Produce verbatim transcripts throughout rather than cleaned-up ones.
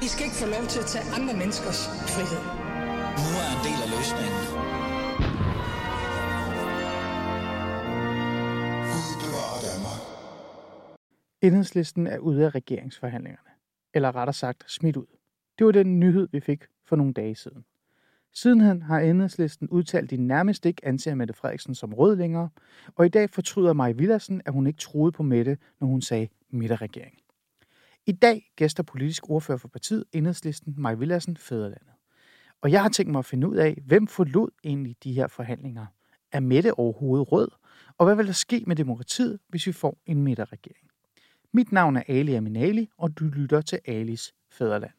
I skal ikke få lov til at tage andre menneskers frihed. Nu er en del af løsningen. Enhedslisten er ude af regeringsforhandlingerne. Eller rettere sagt smidt ud. Det var den nyhed, vi fik for nogle dage siden. Sidenhen har Enhedslisten udtalt, at de nærmest ikke anser Mette Frederiksen som rød længere, og i dag fortryder Mai Villadsen, at hun ikke troede på Mette, når hun sagde midterregering. I dag gæster politisk ordfører for partiet Enhedslisten, Mai Villadsen, Fædrelandet. Og jeg har tænkt mig at finde ud af, hvem forlod egentlig de her forhandlinger? Er Mette overhovedet rød? Og hvad vil der ske med demokratiet, hvis vi får en midterregering? Mit navn er Ali Aminali, og du lytter til Alis Fædreland.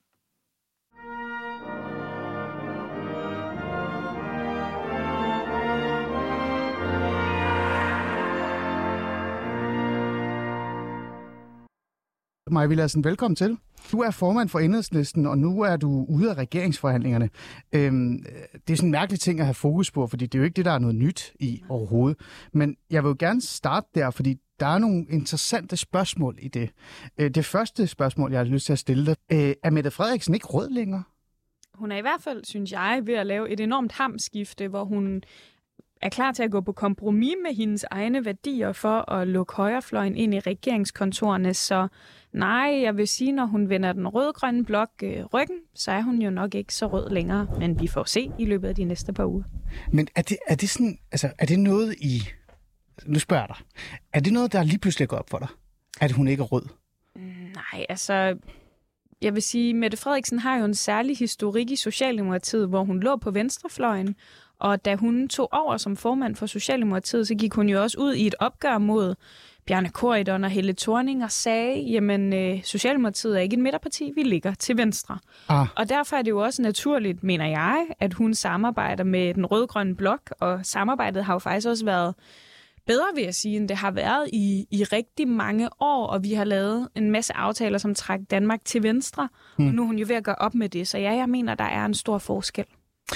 Mai Villadsen, velkommen til. Du er formand for Enhedslisten, og nu er du ude af regeringsforhandlingerne. Øhm, det er sådan en mærkelig ting at have fokus på, fordi det er jo ikke det, der er noget nyt i overhovedet. Men jeg vil jo gerne starte der, fordi der er nogle interessante spørgsmål i det. Det første spørgsmål, jeg har lyst til at stille dig, er Mette Frederiksen ikke rød længere? Hun er i hvert fald, synes jeg, ved at lave et enormt hamskifte, hvor hun er klar til at gå på kompromis med hendes egne værdier for at lukke højrefløjen ind i regeringskontorerne. Så nej, jeg vil sige, når hun vender den rød-grønne blok øh, ryggen, så er hun jo nok ikke så rød længere. Men vi får se i løbet af de næste par uger. Men er det, er det sådan, altså er det noget i, nu spørger jeg dig, er det noget, der lige pludselig går op for dig, at hun ikke er rød? Nej, altså jeg vil sige, Mette Frederiksen har jo en særlig historik i Socialdemokratiet, hvor hun lå på venstrefløjen. Og da hun tog over som formand for Socialdemokratiet, så gik hun jo også ud i et opgør mod Bjarne Corydon og Helle Thorning og sagde, jamen øh, Socialdemokratiet er ikke et midterparti, vi ligger til venstre. Ah. Og derfor er det jo også naturligt, mener jeg, at hun samarbejder med den rød-grønne blok, og samarbejdet har jo faktisk også været bedre, vil jeg sige, end det har været i, i rigtig mange år, og vi har lavet en masse aftaler, som træk Danmark til venstre, hmm. og nu er hun jo ved at gøre op med det, så ja, jeg mener, der er en stor forskel.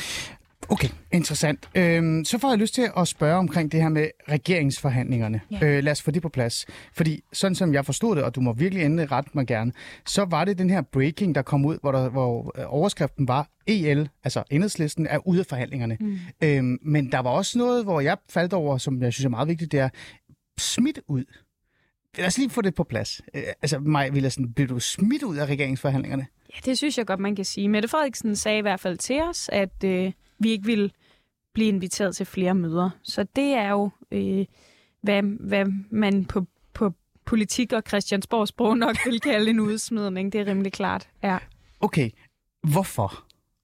Okay, interessant. Øhm, så får jeg lyst til at spørge omkring det her med regeringsforhandlingerne. Ja. Øh, lad os få det på plads. Fordi sådan som jeg forstod det, og du må virkelig endelig rette mig gerne, så var det den her breaking, der kom ud, hvor, der, hvor overskriften var E L, altså Enhedslisten, er ude af forhandlingerne. Mm. Øhm, men der var også noget, hvor jeg faldt over, som jeg synes er meget vigtigt, det er smidt ud. Lad os lige få det på plads. Øh, altså, Mai Villadsen, blev du smidt ud af regeringsforhandlingerne? Ja, det synes jeg godt, man kan sige. Mette Frederiksen sagde i hvert fald til os, at øh, vi ikke ville blive inviteret til flere møder. Så det er jo, øh, hvad, hvad man på, på politik og Christiansborgs sprog nok vil kalde en udsmidning. Det er rimelig klart, ja. Okay, hvorfor?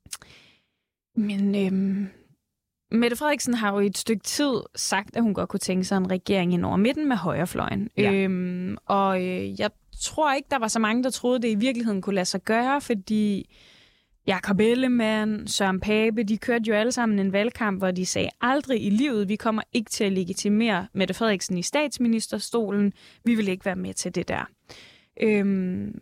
Men øh, Mette Frederiksen har jo i et stykke tid sagt, at hun godt kunne tænke sig en regering ind over midten med højrefløjen. Ja. Øhm, og øh, jeg tror ikke, der var så mange, der troede, det i virkeligheden kunne lade sig gøre, fordi Jakob Ellemann, Søren Pape, de kørte jo alle sammen en valgkamp, hvor de sagde aldrig i livet, vi kommer ikke til at legitimere Mette Frederiksen i statsministerstolen. Vi vil ikke være med til det der. Øhm,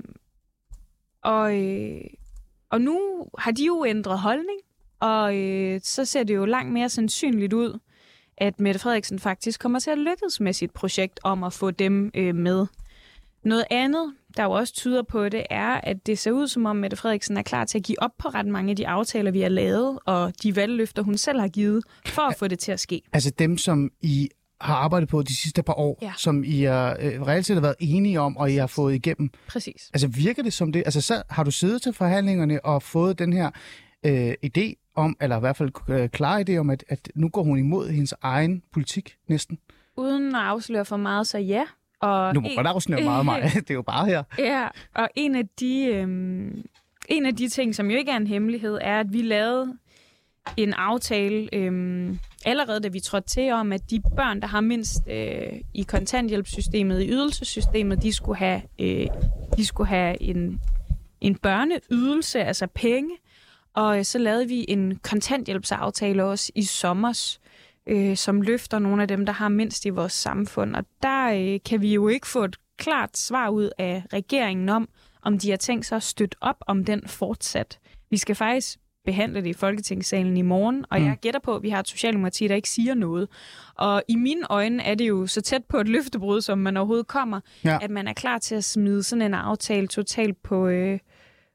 og, øh, og nu har de jo ændret holdning, og øh, så ser det jo langt mere sandsynligt ud, at Mette Frederiksen faktisk kommer til at lykkes med sit projekt om at få dem øh, med. Noget andet, der jo også tyder på det, er, at det ser ud som om Mette Frederiksen er klar til at give op på ret mange af de aftaler, vi har lavet, og de valgløfter, hun selv har givet, for at få det til at ske. Altså dem, som I har arbejdet på de sidste par år, ja. Som I har øh, reelt set har været enige om, og I har fået igennem. Præcis. Altså virker det som det? Altså så har du siddet til forhandlingerne og fået den her øh, idé om, eller i hvert fald øh, klar idé om, at, at nu går hun imod hendes egen politik næsten? Uden at afsløre for meget, så ja. Og nu må godt afsløre meget mig. Det er jo bare her. Ja, og en af de øhm, en af de ting, som jo ikke er en hemmelighed, er, at vi lavede en aftale øhm, allerede, da vi trådte til om, at de børn, der har mindst øh, i kontanthjælpssystemet, i ydelsessystemet, de skulle have, øh, de skulle have en, en børneydelse, altså penge. Og så lavede vi en kontanthjælpsaftale også i sommers, øh, som løfter nogle af dem, der har mindst i vores samfund. Og der øh, kan vi jo ikke få et klart svar ud af regeringen om, om de har tænkt sig at støtte op om den fortsat. Vi skal faktisk behandle det i Folketingssalen i morgen, og mm. jeg gætter på, at vi har et Socialdemokrati, der ikke siger noget. Og i mine øjne er det jo så tæt på et løftebrud, som man overhovedet kommer, ja. At man er klar til at smide sådan en aftale totalt på, øh,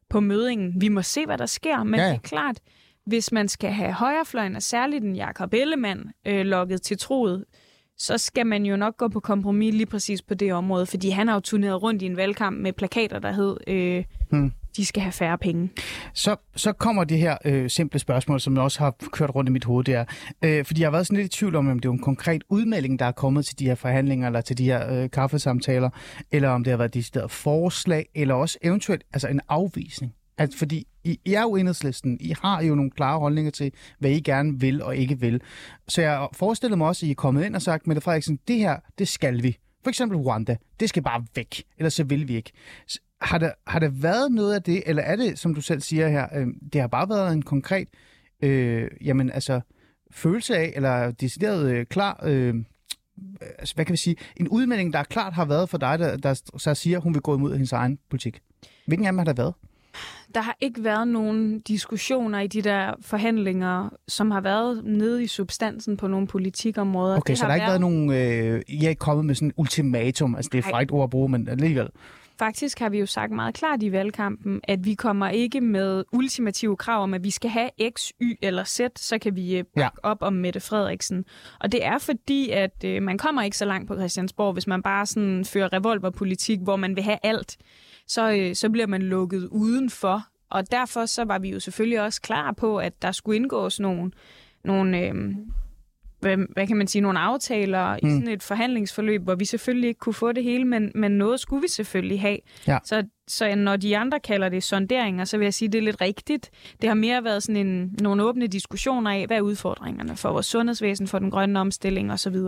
på mødingen. Vi må se, hvad der sker, men ja. det er klart, hvis man skal have højrefløjen, og særligt den Jakob Ellemann, øh, lokket til troet, så skal man jo nok gå på kompromis lige præcis på det område, fordi han har jo turneret rundt i en valgkamp med plakater, der hed, øh, hmm. de skal have færre penge. Så, så kommer det her øh, simple spørgsmål, som jeg også har kørt rundt i mit hoved, det er, øh, fordi jeg har været sådan lidt i tvivl om, om det er en konkret udmelding, der er kommet til de her forhandlinger, eller til de her øh, kaffesamtaler, eller om det har været decideret forslag, eller også eventuelt altså en afvisning. Altså, fordi I, I er jo Enhedslisten, I har jo nogle klare holdninger til, hvad I gerne vil og ikke vil. Så jeg forestiller mig også, at I er kommet ind og sagt, Mette Frederiksen, det her, det skal vi. For eksempel Rwanda, det skal bare væk, ellers så vil vi ikke. Har der, har der været noget af det, eller er det, som du selv siger her, øh, det har bare været en konkret øh, jamen, altså, følelse af, eller decideret øh, klar, øh, altså, hvad kan vi sige, en udmelding, der klart har været for dig, der, der så siger, hun vil gå imod hendes egen politik. Hvilken af dem har der været? Der har ikke været nogen diskussioner i de der forhandlinger, som har været nede i substansen på nogle politikområder. Okay, det så der har ikke været nogen... Øh, I er ikke kommet med sådan en ultimatum, altså det er frækt ord at bruge, men alligevel... Faktisk har vi jo sagt meget klart i valgkampen, at vi kommer ikke med ultimative krav om, at vi skal have X, Y eller Z, så kan vi bakke ja. op om Mette Frederiksen. Og det er fordi, at øh, man kommer ikke så langt på Christiansborg, hvis man bare sådan fører revolverpolitik, hvor man vil have alt. Så, øh, så bliver man lukket udenfor. Og derfor så var vi jo selvfølgelig også klar på, at der skulle indgås nogle, nogle øh, hvad, hvad kan man sige, nogle aftaler mm. i sådan et forhandlingsforløb, hvor vi selvfølgelig ikke kunne få det hele, men, men noget skulle vi selvfølgelig have. Ja. Så, så når de andre kalder det sonderinger, så vil jeg sige, at det er lidt rigtigt. Det har mere været sådan en, nogle åbne diskussioner af, hvad er udfordringerne for vores sundhedsvæsen, for den grønne omstilling osv.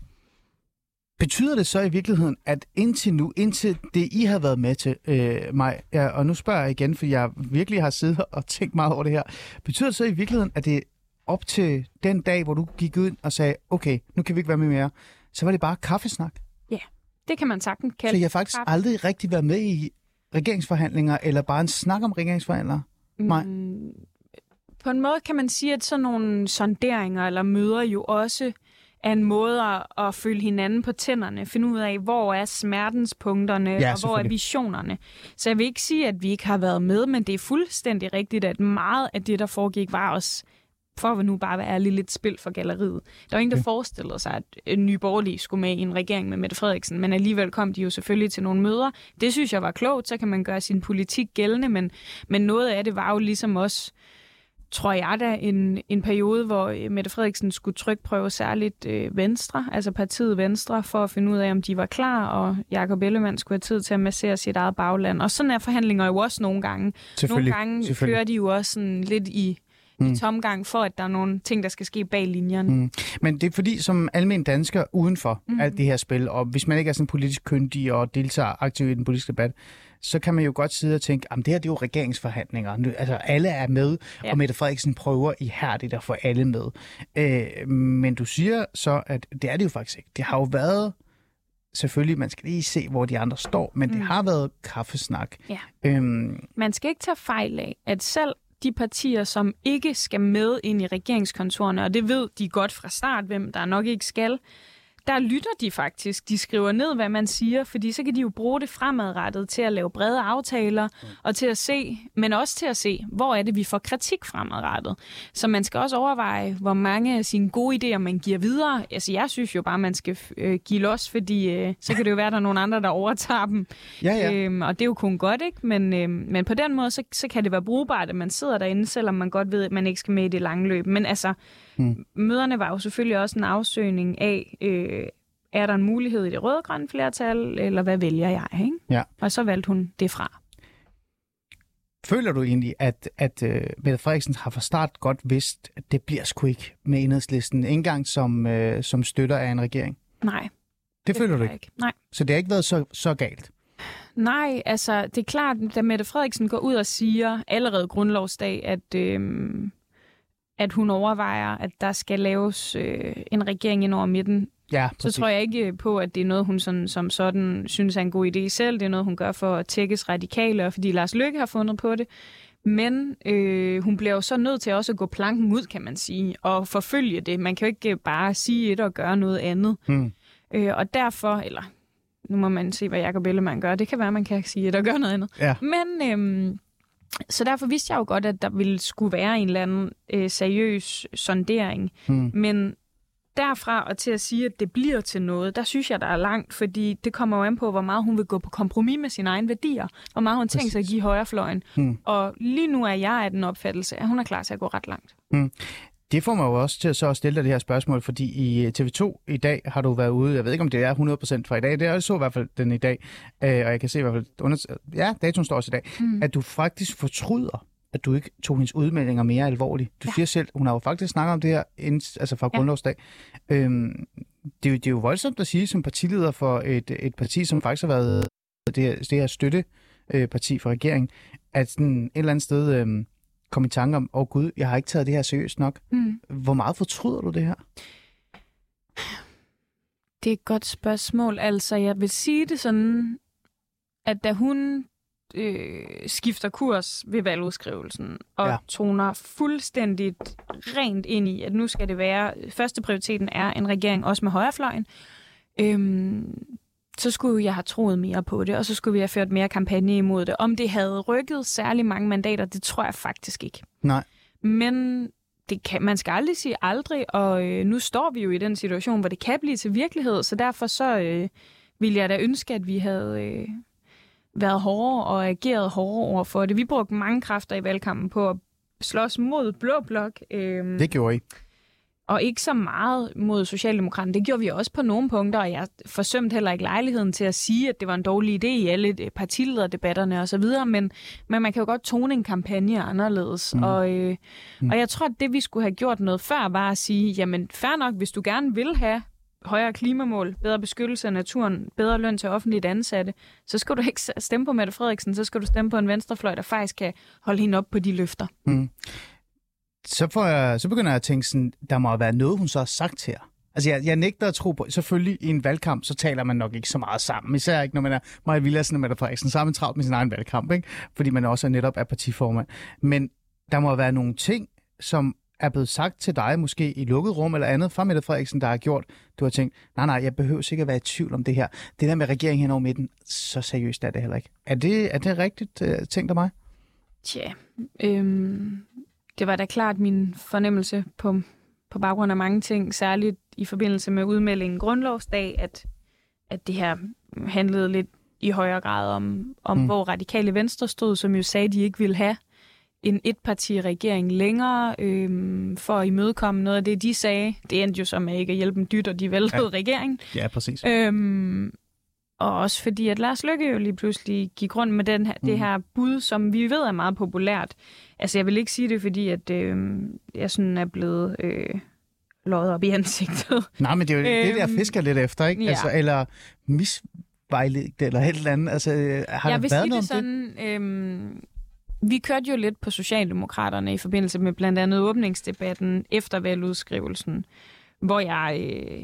Betyder det så i virkeligheden, at indtil nu, indtil det I har været med til øh, mig, ja, og nu spørger jeg igen, for jeg virkelig har siddet og tænkt meget over det her, betyder det så i virkeligheden, at det op til den dag, hvor du gik ud og sagde, okay, nu kan vi ikke være med mere, så var det bare kaffesnak? Ja, det kan man sagtens kalde. Så jeg har faktisk kaffe. aldrig rigtig været med i regeringsforhandlinger, eller bare en snak om regeringsforhandlere? Nej. Mm, på en måde kan man sige, at sådan nogle sonderinger eller møder jo også er en måde at følge hinanden på tænderne, finde ud af, hvor er smertenspunkterne, ja, og hvor er visionerne. Så jeg vil ikke sige, at vi ikke har været med, men det er fuldstændig rigtigt, at meget af det, der foregik, var os, for at nu bare være ærlig, lidt spil for galleriet. Der var ingen, der forestillede sig, at Nye Borgerlige skulle med i en regering med Mette Frederiksen, men alligevel kom de jo selvfølgelig til nogle møder. Det synes jeg var klogt, så kan man gøre sin politik gældende, men, men noget af det var jo ligesom også, tror jeg da, en, en periode, hvor Mette Frederiksen skulle trykprøve særligt øh, Venstre, altså partiet Venstre, for at finde ud af, om de var klar, og Jakob Ellemann skulle have tid til at massere sit eget bagland. Og sådan er forhandlinger jo også nogle gange. Nogle gange kører de jo også sådan lidt i, mm. i tomgang for, at der er nogle ting, der skal ske bag linjerne. Mm. Men det er fordi, som almen dansker udenfor mm. alt det her spil, og hvis man ikke er sådan politisk kyndig og deltager aktivt i den politiske debat, så kan man jo godt sidde og tænke, at det her det er jo regeringsforhandlinger. Nu, altså alle er med, ja. Og Mette Frederiksen prøver ihærdigt at få alle med. Øh, men du siger så, at det er det jo faktisk ikke. Det har jo været, selvfølgelig, man skal lige se, hvor de andre står, men mm. det har været kaffesnak. Ja. Øhm, man skal ikke tage fejl af, at selv de partier, som ikke skal med ind i regeringskontorerne, og det ved de godt fra start, hvem der nok ikke skal, der lytter de faktisk. De skriver ned, hvad man siger, fordi så kan de jo bruge det fremadrettet til at lave brede aftaler, mm. og til at se, men også til at se, hvor er det, vi får kritik fremadrettet. Så man skal også overveje, hvor mange af sine gode idéer, man giver videre. Altså, jeg synes jo bare, man skal øh, give los, fordi øh, så kan det jo være, der er nogle andre, der overtager dem. Ja, ja. Øhm, og det er jo kun godt, ikke? Men, øh, men på den måde, så, så kan det være brugbart, at man sidder derinde, selvom man godt ved, at man ikke skal med i det lange løb. Men altså, mm. møderne var jo selvfølgelig også en afsøgning af, øh, er der en mulighed i det røde-grønne flertal, eller hvad vælger jeg, ikke? Ja. Og så valgte hun det fra. Føler du egentlig, at, at uh, Mette Frederiksen har fra start godt vidst, at det bliver sgu ikke med Enhedslisten, ikke engang som, uh, som støtter af en regering? Nej. Det, det føler du ikke? ikke? Nej. Så det har ikke været så, så galt? Nej, altså det er klart, da Mette Frederiksen går ud og siger allerede grundlovsdag, at, øh, at hun overvejer, at der skal laves øh, en regering ind over midten, ja, så tror jeg ikke på, at det er noget, hun sådan, som sådan synes er en god idé selv. Det er noget, hun gør for at tækkes radikale, og fordi Lars Løkke har fundet på det. Men øh, hun bliver jo så nødt til også at gå planken ud, kan man sige, og forfølge det. Man kan jo ikke bare sige et og gøre noget andet. Hmm. Øh, og derfor, eller nu må man se, hvad Jakob Ellemann gør. Det kan være, man kan sige et og gøre noget andet. Ja. Men, øh, Så derfor vidste jeg jo godt, at der ville skulle være en eller anden øh, seriøs sondering. Hmm. Men derfra og til at sige, at det bliver til noget, der synes jeg, der er langt, fordi det kommer jo an på, hvor meget hun vil gå på kompromis med sine egne værdier, hvor meget hun tænker sig at give højrefløjen. Hmm. Og lige nu er jeg af den opfattelse, at hun er klar til at gå ret langt. Hmm. Det får mig jo også til at så stille dig det her spørgsmål, fordi i T V to i dag har du været ude, jeg ved ikke om det er hundrede procent fra i dag, det er så i hvert fald den i dag, øh, og jeg kan se i hvert fald, under, ja, datoen står også i dag, mm. at du faktisk fortryder, at du ikke tog hendes udmeldinger mere alvorligt. Du ja. siger selv, hun har jo faktisk snakket om det her inden, altså fra ja. grundlovsdag. Øhm, det, er jo, det er jo voldsomt at sige som partileder for et, et parti, som faktisk har været det her, det her støtteparti for regeringen, at sådan et eller andet sted... Øh, kom i tanke om, åh oh, gud, jeg har ikke taget det her seriøst nok. Mm. Hvor meget fortryder du det her? Det er et godt spørgsmål. Altså, jeg vil sige det sådan, at da hun øh, skifter kurs ved valgudskrivelsen, og ja. toner fuldstændigt rent ind i, at nu skal det være, første prioriteten er en regering også med højrefløjen, øhm, så skulle jeg have troet mere på det, og så skulle vi have ført mere kampagne imod det. Om det havde rykket særlig mange mandater, det tror jeg faktisk ikke. Nej. Men det kan, man skal aldrig sige aldrig, og øh, nu står vi jo i den situation, hvor det kan blive til virkelighed, så derfor så øh, vil jeg da ønske, at vi havde øh, været hårdere og ageret hårdere over for det. Vi brugte mange kræfter i valgkampen på at slås mod Blå Blok. Øh, det gjorde I. Og ikke så meget mod Socialdemokraterne. Det gjorde vi også på nogle punkter, og jeg forsømte heller ikke lejligheden til at sige, at det var en dårlig idé i alle partilederdebatterne osv., men, men man kan jo godt tone en kampagne anderledes. Mm. Og, øh, mm. og jeg tror, at det vi skulle have gjort noget før, var at sige, jamen fair nok, hvis du gerne vil have højere klimamål, bedre beskyttelse af naturen, bedre løn til offentligt ansatte, så skal du ikke stemme på Mette Frederiksen, så skal du stemme på en venstrefløj, der faktisk kan holde hende op på de løfter. Mm. Så, får jeg, så begynder jeg at tænke sådan, der må være noget, hun så har sagt til jer. Altså, jeg, jeg nægter at tro på, selvfølgelig i en valgkamp, så taler man nok ikke så meget sammen. Især ikke, når man er Maja Villadsen og Mette Frederiksen, så er man travlt med sin egen valgkamp, ikke? Fordi man også netop er partiformand. Men der må være nogle ting, som er blevet sagt til dig, måske i lukket rum eller andet, fra Mette Frederiksen, der har gjort, du har tænkt, nej, nej, jeg behøver sikkert være i tvivl om det her. Det der med regeringen hen over midten, så seriøst er det heller ikke. Er det, er det rigtigt uh, tænkt af mig? Tja, øhm... det var da klart min fornemmelse på, på baggrund af mange ting, særligt i forbindelse med udmeldingen grundlovsdag, at, at det her handlede lidt i højere grad om, om mm. hvor Radikale Venstre stod, som jo sagde, at de ikke ville have en etparti-regering længere øhm, for at imødekomme noget af det, de sagde. Det endte jo som at ikke at hjælpe en dyt, og de væltede ja. regeringen. Ja, præcis. Øhm, og også fordi, at Lars Løkke jo lige pludselig gik rundt med den her, mm. det her bud, som vi ved er meget populært. Altså, jeg vil ikke sige det, fordi at, øh, jeg sådan er blevet øh, løjet op i ansigtet. Nej, men det er jo øhm, det, der fisker lidt efter, ikke? Ja. Altså, eller misvejledt, eller et eller andet. Altså, har jeg der været noget det sådan, øh, vi kørte jo lidt på Socialdemokraterne i forbindelse med blandt andet åbningsdebatten efter valgudskrivelsen, hvor jeg... Øh,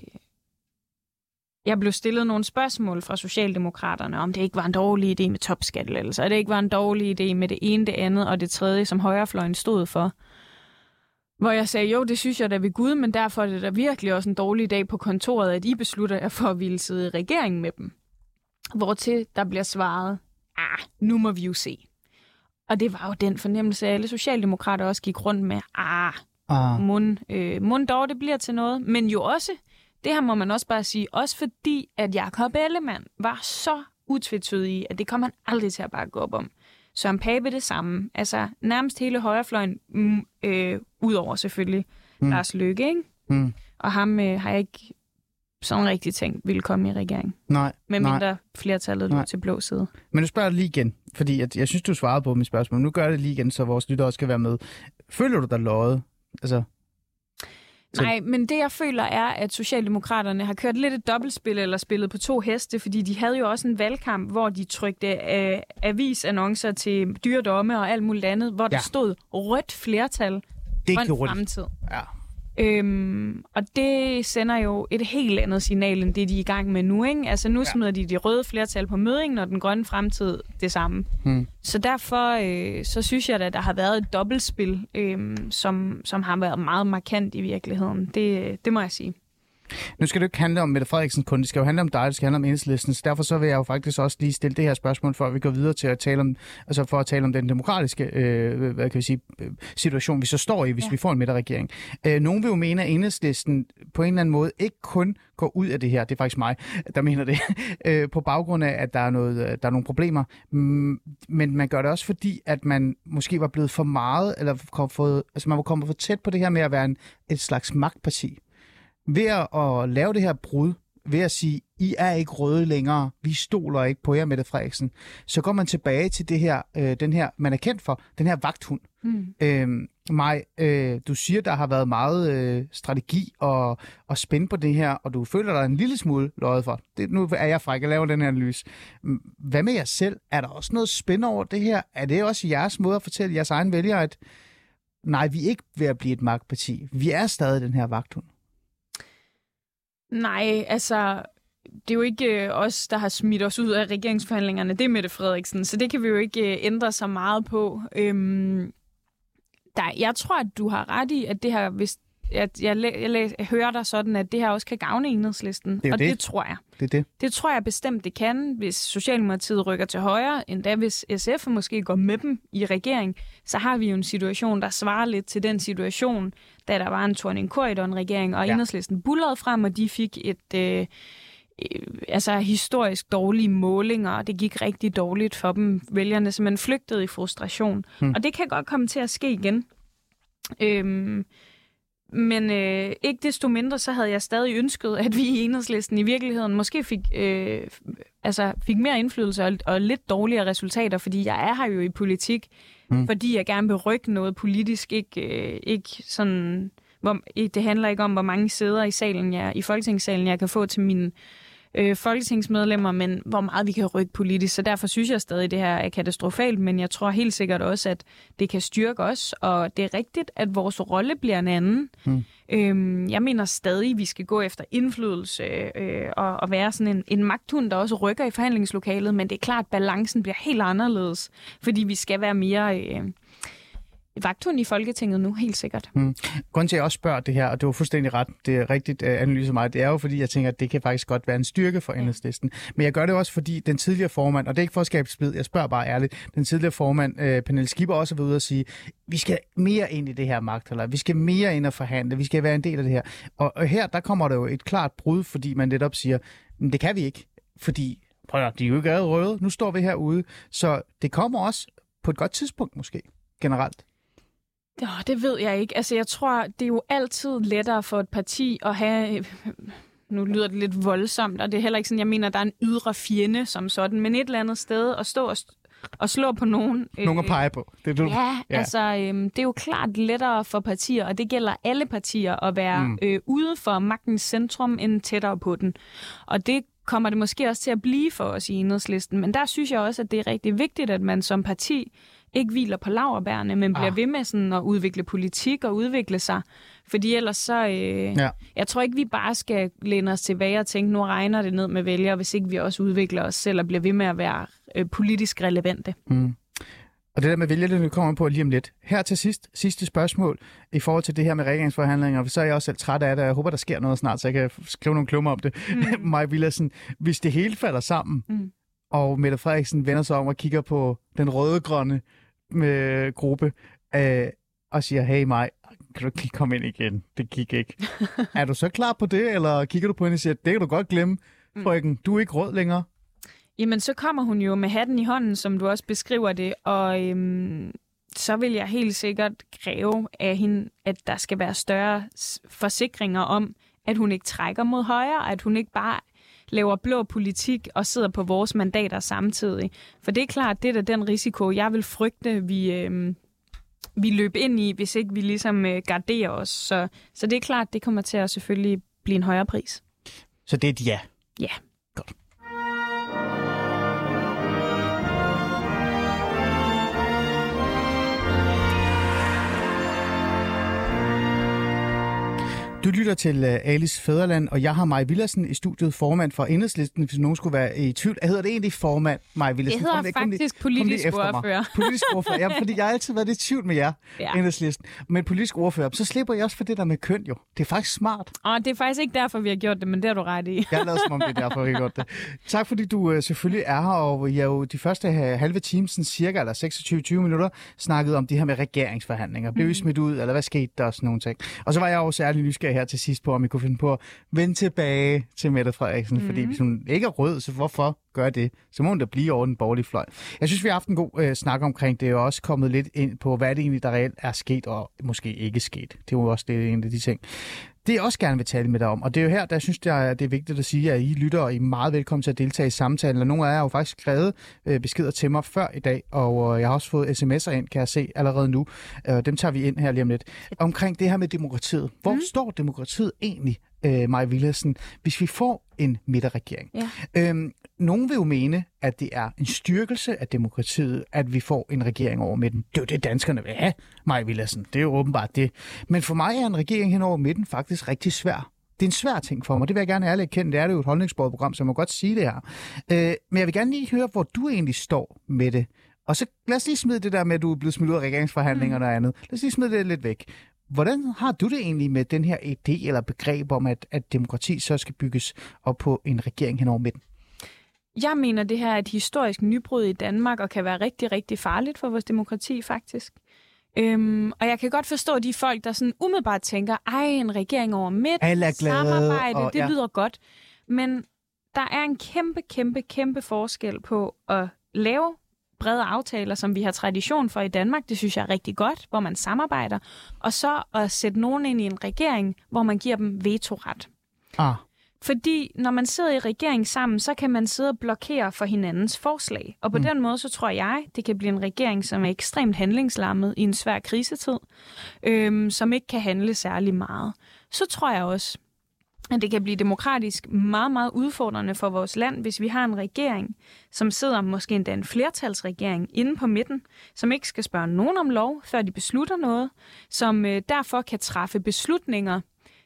Jeg blev stillet nogle spørgsmål fra Socialdemokraterne, om det ikke var en dårlig idé med topskattelettelser, og det ikke var en dårlig idé med det ene, det andet og det tredje, som højrefløjen stod for. Hvor jeg sagde, jo, det synes jeg da ved Gud, men derfor er det da virkelig også en dårlig dag på kontoret, at I beslutter jer for at ville sidde i regeringen med dem. Hvortil der bliver svaret, ah, nu må vi jo se. Og det var jo den fornemmelse, at alle socialdemokrater også gik rundt med, ah, ah. Mund, øh, mund dog, det bliver til noget, men jo også... Det her må man også bare sige, også fordi, at Jakob Ellemann var så utvetydig i, at det kommer han aldrig til at bare gå op om. Søren Pape det samme. Altså nærmest hele højrefløjen, mm, øh, udover selvfølgelig mm. Lars Løkke, ikke? Mm. Og ham øh, har jeg ikke sådan rigtig tænkt ville komme i regering. Nej, Med nej. mindre flertallet lå til blå side. Men nu spørger jeg lige igen, fordi jeg, jeg synes, du svarede på mit spørgsmål. Nu gør jeg det lige igen, så vores lytter også skal være med. Føler du dig løjet? Altså... Nej, men det jeg føler er, at Socialdemokraterne har kørt lidt et dobbeltspil eller spillet på to heste, fordi de havde jo også en valgkamp, hvor de trykte øh, avisannoncer til dyredomme og alt muligt andet, hvor der ja. stod rødt flertal det for en fremtid. Ja. Øhm, og det sender jo et helt andet signal, end det de er i gang med nu, ikke? Altså nu ja. smider de det røde flertal på mødingen, og den grønne fremtid det samme. Hmm. Så derfor øh, så synes jeg, at der har været et dobbeltspil, øh, som, som har været meget markant i virkeligheden. Det, det må jeg sige. Nu skal det jo ikke handle om Mette Frederiksen kun, det skal jo handle om dig, det skal handle om Enhedslisten, så derfor så vil jeg jo faktisk også lige stille det her spørgsmål, før vi går videre til at tale om, altså for at tale om den demokratiske øh, hvad kan vi sige, situation, vi så står i, hvis ja. vi får en midterregering. Øh, nogen vil jo mene, at Enhedslisten på en eller anden måde ikke kun går ud af det her, det er faktisk mig, der mener det, øh, på baggrund af, at der er, noget, der er nogle problemer, mm, men man gør det også fordi, at man måske var blevet for meget, eller kom for, altså man var kommet for tæt på det her med at være en, et slags magtparti. Ved at lave det her brud, ved at sige, I er ikke røde længere, vi stoler ikke på jer, Mette Frederiksen, så går man tilbage til det her, øh, den her, man er kendt for, den her vagthund. Mm. Øhm, Maj, øh, du siger, der har været meget øh, strategi og, og spænd på det her, og du føler dig en lille smule løjet for. Det, nu er jeg fræk at lave den her analyse. Hvad med jer selv? Er der også noget spænd over det her? Er det også jeres måde at fortælle jeres egen vælgere, at nej, vi er ikke ved at blive et magtparti. Vi er stadig den her vagthund. Nej, altså, det er jo ikke øh, os, der har smidt os ud af regeringsforhandlingerne. Det er Mette Frederiksen, så det kan vi jo ikke øh, ændre så meget på. Øhm, der, jeg tror, at du har ret i, at det her, hvis at jeg, jeg, jeg, jeg hører dig sådan, at det her også kan gavne Enhedslisten. Det og det. det det tror jeg. Det, det. det tror jeg bestemt, det kan, hvis Socialdemokratiet rykker til højre, endda hvis S F måske går med dem i regering, så har vi jo en situation, der svarer lidt til den situation, da der var en Thorning-Corydon-regering, og ja. Enhedslisten bullerede frem, og de fik et øh, øh, altså historisk dårlige målinger, og det gik rigtig dårligt for dem, vælgerne, så man flygtede i frustration. Hmm. Og det kan godt komme til at ske igen. Øhm, Men øh, ikke desto mindre, så havde jeg stadig ønsket, at vi i Enhedslisten i virkeligheden måske fik, øh, altså fik mere indflydelse og, og lidt dårligere resultater, fordi jeg er her jo i politik, mm. fordi jeg gerne vil rykke noget politisk, ikke, øh, ikke sådan, hvor, det handler ikke om, hvor mange sæder i salen jeg, i Folketingssalen jeg kan få til mine øh, folketingsmedlemmer, men hvor meget vi kan rykke politisk. Så derfor synes jeg stadig, at det her er katastrofalt, men jeg tror helt sikkert også, at det kan styrke os, og det er rigtigt, at vores rolle bliver en anden. Hmm. Øhm, jeg mener stadig, at vi skal gå efter indflydelse øh, og, og være sådan en, en magthund, der også rykker i forhandlingslokalet, men det er klart, at balancen bliver helt anderledes, fordi vi skal være mere Øh, vagthund i Folketinget nu, helt sikkert. Hmm. Grunden til, at jeg også spørger det her, og det var fuldstændig ret, det er rigtigt uh, analyse af mig, det er jo fordi, jeg tænker, at det kan faktisk godt være en styrke for Enhedslisten. Ja. Men jeg gør det også, fordi den tidligere formand, og det er ikke for at skabe splid, jeg spørger bare ærligt, den tidligere formand, uh, Pernille Skipper, også har været ude at sige, vi skal mere ind i det her magt, eller vi skal mere ind og forhandle, vi skal være en del af det her. Og, og her, der kommer der jo et klart brud, fordi man netop siger, det kan vi ikke, fordi prøv at, de er jo ikke røde, nu står vi herude, så det kommer også på et godt tidspunkt måske, generelt. Ja, det ved jeg ikke. Altså, jeg tror, det er jo altid lettere for et parti at have... Nu lyder det lidt voldsomt, og det er heller ikke sådan, jeg mener, der er en ydre fjende som sådan, men et eller andet sted at stå og, og slå på nogen... Nogen at pege på. Det er du... Ja, ja, altså, øhm, det er jo klart lettere for partier, og det gælder alle partier, at være mm. øh, ude for magtens centrum end tættere på den. Og det kommer det måske også til at blive for os i Enhedslisten, men der synes jeg også, at det er rigtig vigtigt, at man som parti ikke hviler på laurbærrene, men bliver ah. ved med sådan at udvikle politik og udvikle sig. Fordi ellers så... Øh, ja. Jeg tror ikke, vi bare skal læne os tilbage og tænke, nu regner det ned med vælgere, hvis ikke vi også udvikler os selv og bliver ved med at være øh, politisk relevante. Mm. Og det der med vælgerne, vi kommer på lige om lidt. Her til sidst, sidste spørgsmål i forhold til det her med regeringsforhandlinger. Så er jeg også selv træt af det, og jeg håber, der sker noget snart, så jeg kan skrive nogle klummer om det. Mm. Maj Villadsen, hvis det hele falder sammen, mm. og Mette Frederiksen vender sig om og kigger på den røde-grønne med gruppe øh, og siger, hey Maj, kan du ikke komme ind igen? Det gik ikke. Er du så klar på det, eller kigger du på hende og siger, det kan du godt glemme, frøken, du er ikke rød længere? Jamen, så kommer hun jo med hatten i hånden, som du også beskriver det, og øhm, så vil jeg helt sikkert kræve af hende, at der skal være større forsikringer om, at hun ikke trækker mod højre, at hun ikke bare laver blå politik og sidder på vores mandater samtidig. For det er klart, det er den risiko, jeg vil frygte, vi, øh, vi løber ind i, hvis ikke vi ligesom øh, garderer os. Så, så det er klart, det kommer til at selvfølgelig blive en højere pris. Så det er et ja? Ja. Godt. Du lytter til uh, Alice Fæderland, og jeg har Mai Villadsen i studiet, formand for Enhedslisten, hvis nogen skulle være i tvivl. Hedder det egentlig formand, Mai Villadsen? Det hedder kom, faktisk kom lige, politisk kom ordfører. Politisk ordfører, ja, fordi jeg har altid været lidt i tvivl med jer, ja. Enhedslisten. Men politisk ordfører, så slipper jeg også for det der med køn jo. Det er faktisk smart. Og det er faktisk ikke derfor, vi har gjort det, men det har du ret i. Jeg lader som om det er derfor, vi har gjort det. Tak fordi du uh, selvfølgelig er her, og jeg jo de første uh, halve time, sådan cirka, eller seksogtyve til tyve minutter, snakket om det her med regeringsforhandlinger. Blev I smidt ud, eller hvad skete der, og sådan nogle ting. Og så var jeg jo særlig nysgerrig her til sidst på, om I kunne finde på at vende tilbage til Mette Frederiksen, mm-hmm. fordi hvis hun ikke er rød, så hvorfor gør det? Så må hun da blive over den borgerlige fløj. Jeg synes, vi har haft en god øh, snak omkring det, og også kommet lidt ind på, hvad det egentlig, der reelt er sket, og måske ikke sket. Det er jo også det, en af de ting. Det jeg også gerne vil tale med dig om, og det er jo her, der jeg synes, det er, det er vigtigt at sige, at I lytter, og I er meget velkommen til at deltage i samtalen. Og nogle af jer har jo faktisk skrevet øh, beskeder til mig før i dag, og øh, jeg har også fået sms'er ind, kan jeg se allerede nu. Øh, dem tager vi ind her lige om lidt. Omkring det her med demokratiet. Hvor mm. står demokratiet egentlig, øh, Mai Villadsen, hvis vi får en midterregering? Ja. Øhm, nogen vil jo mene, at det er en styrkelse af demokratiet, at vi får en regering over midten. Det er jo det, danskerne vil have, Mai Villadsen. Det er jo åbenbart det. Men for mig er en regering hen over midten faktisk rigtig svær. Det er en svær ting for mig. Det vil jeg gerne ærligt erkende. Det er det jo et holdningsbordsprogram, så jeg må godt sige det her. Øh, men jeg vil gerne lige høre, hvor du egentlig står med det. Og så lad os lige smide det der med, at du er blevet smidt ud af regeringsforhandlingerne mm. og andet. Lad os lige smide det lidt væk. Hvordan har du det egentlig med den her idé eller begreb om, at, at demokrati så skal bygges op på en regering hen over midten? Jeg mener, det her er et historisk nybrud i Danmark, og kan være rigtig, rigtig farligt for vores demokrati, faktisk. Øhm, og jeg kan godt forstå de folk, der sådan umiddelbart tænker, ej, en regering over midten, samarbejde, og, det ja. lyder godt. Men der er en kæmpe, kæmpe, kæmpe forskel på at lave brede aftaler, som vi har tradition for i Danmark. Det synes jeg er rigtig godt, hvor man samarbejder. Og så at sætte nogen ind i en regering, hvor man giver dem vetoret. Ah. Fordi når man sidder i regering sammen, så kan man sidde og blokere for hinandens forslag. Og på mm. den måde, så tror jeg, det kan blive en regering, som er ekstremt handlingslammet i en svær krisetid, øhm, som ikke kan handle særlig meget. Så tror jeg også, at det kan blive demokratisk meget, meget udfordrende for vores land, hvis vi har en regering, som sidder måske endda en flertalsregering inde på midten, som ikke skal spørge nogen om lov, før de beslutter noget, som øh, derfor kan træffe beslutninger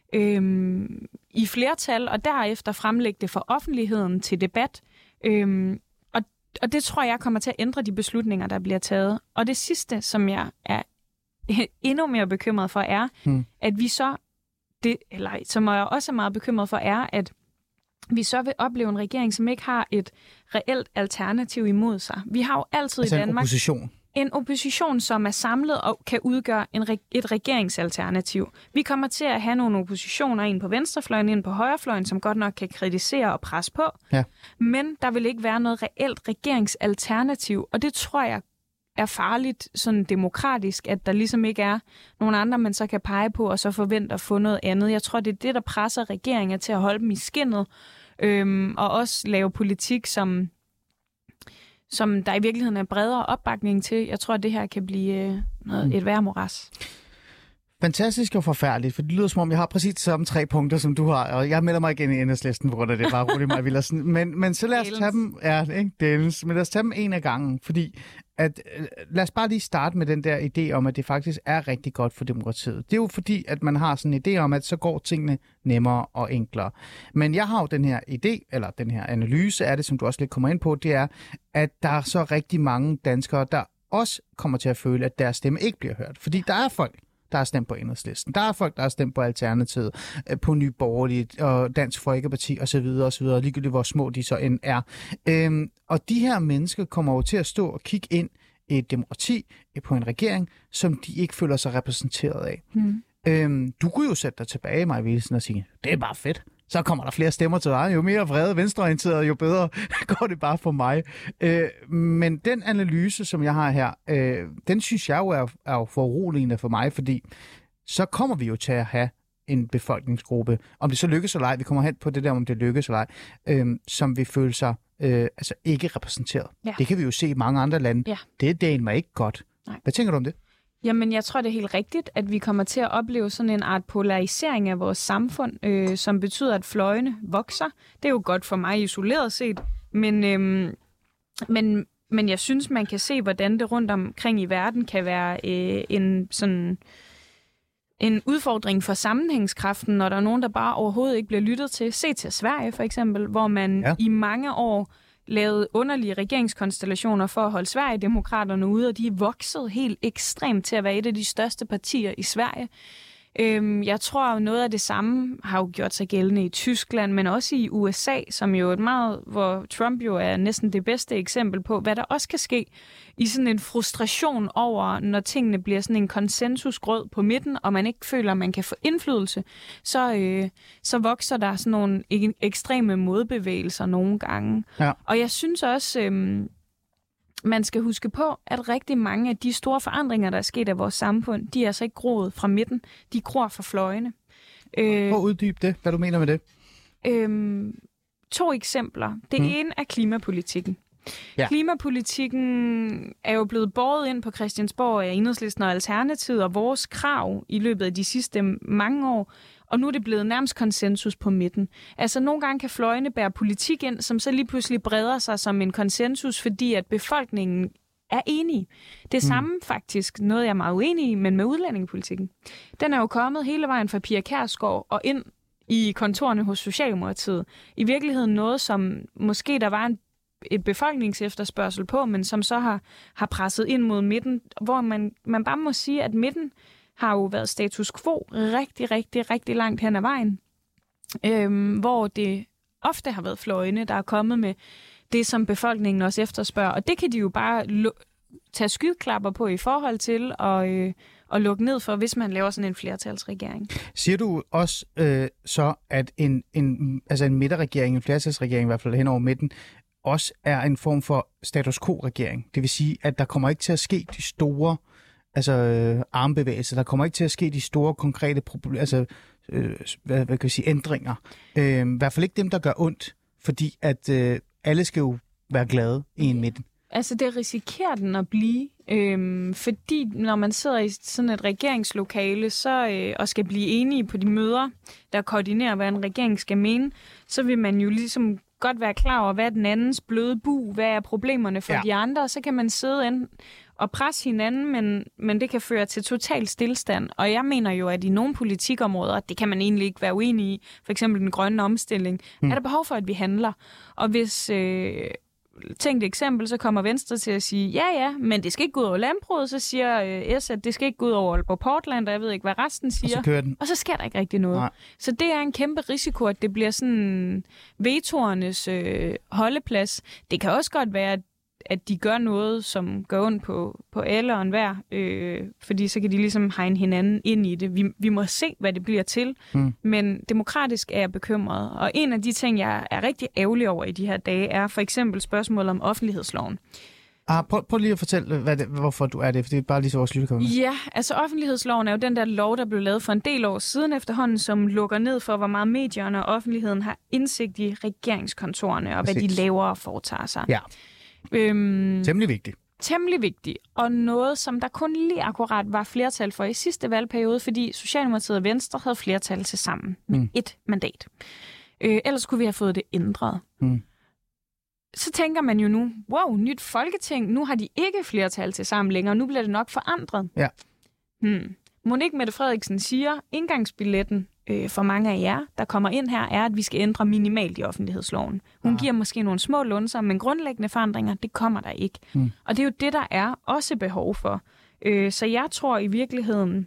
Øhm, i flertal, og derefter fremlægge det for offentligheden til debat. Øhm, og, og det tror jeg kommer til at ændre de beslutninger, der bliver taget. Og det sidste, som jeg er endnu mere bekymret for, er, hmm. at vi så, det, eller som jeg også er meget bekymret for, er, at vi så vil opleve en regering, som ikke har et reelt alternativ imod sig. Vi har jo altid altså i Danmark... opposition. En opposition, som er samlet og kan udgøre en re- et regeringsalternativ. Vi kommer til at have nogle oppositioner, en på venstrefløjen, en på højrefløjen, som godt nok kan kritisere og presse på. Ja. Men der vil ikke være noget reelt regeringsalternativ, og det tror jeg er farligt sådan demokratisk, at der ligesom ikke er nogen andre, man så kan pege på og så forvente at få noget andet. Jeg tror, det er det, der presser regeringer til at holde dem i skindet, øhm, og også lave politik, som... som der i virkeligheden er bredere opbakning til. Jeg tror, at det her kan blive øh, noget, et værre moras. Fantastisk og forfærdeligt, for det lyder som om, jeg har præcis de samme tre punkter, som du har, og jeg melder mig igen i Enhedslisten, på grund af det, bare roligt mig, Villadsen. Men, men så lad os tage dem, ja, ikke, Dælens, men lad os tage dem en af gangen, fordi at, lad os bare lige starte med den der idé om, at det faktisk er rigtig godt for demokratiet. Det er jo fordi, at man har sådan en idé om, at så går tingene nemmere og enklere. Men jeg har jo den her idé, eller den her analyse af det, som du også lidt kommer ind på, det er, at der er så rigtig mange danskere, der også kommer til at føle, at deres stemme ikke bliver hørt. Fordi der er folk, der har stemt på Enhedslisten. Der er folk, der har stemt på Alternativet, på Nye Borgerlige og Dansk Folkeparti osv. osv. Ligegyldigt hvor små de så end er. Øhm, og de her mennesker kommer jo til at stå og kigge ind i et demokrati, på en regering, som de ikke føler sig repræsenteret af. Mm. Øhm, du kunne jo sætte dig tilbage, Mai Villadsen, og sige, det er bare fedt. Så kommer der flere stemmer til dig. Jo mere vrede venstreorienteret, jo bedre går det bare for mig. Øh, men den analyse, som jeg har her, øh, den synes jeg jo er, er jo foruroligende for mig, fordi så kommer vi jo til at have en befolkningsgruppe, om det så lykkes eller ej, vi kommer hen på det der, om det lykkes eller ej, øh, som vil føle sig øh, altså ikke repræsenteret. Ja. Det kan vi jo se i mange andre lande. Ja. Det er delen mig ikke godt. Nej. Hvad tænker du om det? Jamen, jeg tror, det er helt rigtigt, at vi kommer til at opleve sådan en art polarisering af vores samfund, øh, som betyder, at fløjene vokser. Det er jo godt for mig isoleret set, men, øh, men, men jeg synes, man kan se, hvordan det rundt omkring i verden kan være øh, en sådan en udfordring for sammenhængskraften, når der er nogen, der bare overhovedet ikke bliver lyttet til. Se til Sverige for eksempel, hvor man ja. i mange år lavede underlige regeringskonstellationer for at holde Sverigedemokraterne ude, og de er vokset helt ekstremt til at være et af de største partier i Sverige. Øhm, jeg tror, noget af det samme har jo gjort sig gældende i Tyskland, men også i U S A, som jo et meget, hvor Trump jo er næsten det bedste eksempel på, hvad der også kan ske i sådan en frustration over, når tingene bliver sådan en konsensusgrød på midten, og man ikke føler, at man kan få indflydelse, så, øh, så vokser der sådan nogle ekstreme modbevægelser nogle gange. Ja. Og jeg synes også... Øh, Man skal huske på, at rigtig mange af de store forandringer, der er sket af vores samfund, de er altså ikke groet fra midten. De gror fra fløjene. Prøv at uddybe det, hvad du mener med det. Øhm, to eksempler. Det hmm. ene er klimapolitikken. Ja. Klimapolitikken er jo blevet båret ind på Christiansborg af Enhedslisten og Alternativet og vores krav i løbet af de sidste mange år. Og nu er det blevet nærmest konsensus på midten. Altså nogle gange kan fløjene bære politik ind, som så lige pludselig breder sig som en konsensus, fordi at befolkningen er enige. Det er samme mm. faktisk noget, jeg er meget uenig i, men med udlændingepolitikken. Den er jo kommet hele vejen fra Pia Kjærsgaard og ind i kontorerne hos Socialdemokratiet. I virkeligheden noget, som måske der var en et befolkningsefterspørgsel på, men som så har, har presset ind mod midten, hvor man, man bare må sige, at midten har jo været status quo rigtig, rigtig, rigtig langt hen ad vejen. Øhm, hvor det ofte har været fløjene, der er kommet med det, som befolkningen også efterspørger. Og det kan de jo bare lo- tage skyklapper på i forhold til at, øh, at lukke ned for, hvis man laver sådan en flertalsregering. Siger du også øh, så, at en, en, altså en midterregering, en flertalsregering, i hvert fald hen over midten, også er en form for status quo-regering? Det vil sige, at der kommer ikke til at ske de store altså øh, armbevægelser. Der kommer ikke til at ske de store, konkrete problemer, altså, øh, hvad, hvad kan jeg sige, ændringer. Øh, I hvert fald ikke dem, der gør ondt, fordi at øh, alle skal jo være glade i en midten. Altså, det risikerer den at blive, øh, fordi når man sidder i sådan et regeringslokale så, øh, og skal blive enige på de møder, der koordinerer, hvad en regering skal mene, så vil man jo ligesom godt være klar over, hvad er den andens bløde bu, hvad er problemerne for ja. de andre, og så kan man sidde ind og presse hinanden, men, men det kan føre til total stillstand. Og jeg mener jo, at i nogle politikområder, det kan man egentlig ikke være uenig i, for eksempel den grønne omstilling, mm. er der behov for, at vi handler. Og hvis... Øh, tænkt eksempel, så kommer Venstre til at sige, ja, ja, men det skal ikke gå ud over landbruget, så siger øh, S, at det skal ikke gå ud over Aalborg Portland, og jeg ved ikke, hvad resten siger. Og så kører den. Og så sker der ikke rigtig noget. Nej. Så det er en kæmpe risiko, at det bliver sådan vetoernes øh, holdeplads. Det kan også godt være, at at de gør noget, som gør ondt på, på alle og enhver, øh, fordi så kan de ligesom hegne hinanden ind i det. Vi, vi må se, hvad det bliver til, mm. men demokratisk er jeg bekymret. Og en af de ting, jeg er rigtig ærgerlig over i de her dage, er for eksempel spørgsmålet om offentlighedsloven. Ah, prøv, prøv lige at fortælle, hvad det, hvorfor du er det, for det er bare lige så vores lyttekommer. Ja, altså offentlighedsloven er jo den der lov, der blev lavet for en del år siden efterhånden, som lukker ned for, hvor meget medierne og offentligheden har indsigt i regeringskontorerne, og Præcis. hvad de laver og foretager sig. Ja. Øhm, temmelig vigtigt. Temmelig vigtigt, og noget, som der kun lige akkurat var flertal for i sidste valgperiode, fordi Socialdemokratiet og Venstre havde flertal til sammen med mm. et mandat. Øh, ellers kunne vi have fået det ændret. Mm. Så tænker man jo nu, wow, nyt folketing, nu har de ikke flertal til sammen længere, nu bliver det nok forandret. Ja. Hmm. Monique Mette Frederiksen siger, indgangsbilletten øh, for mange af jer, der kommer ind her, er, at vi skal ændre minimalt i offentlighedsloven. Hun Aha. giver måske nogle små lunser, men grundlæggende forandringer, det kommer der ikke. Mm. Og det er jo det, der er også behov for. Øh, så jeg tror i virkeligheden,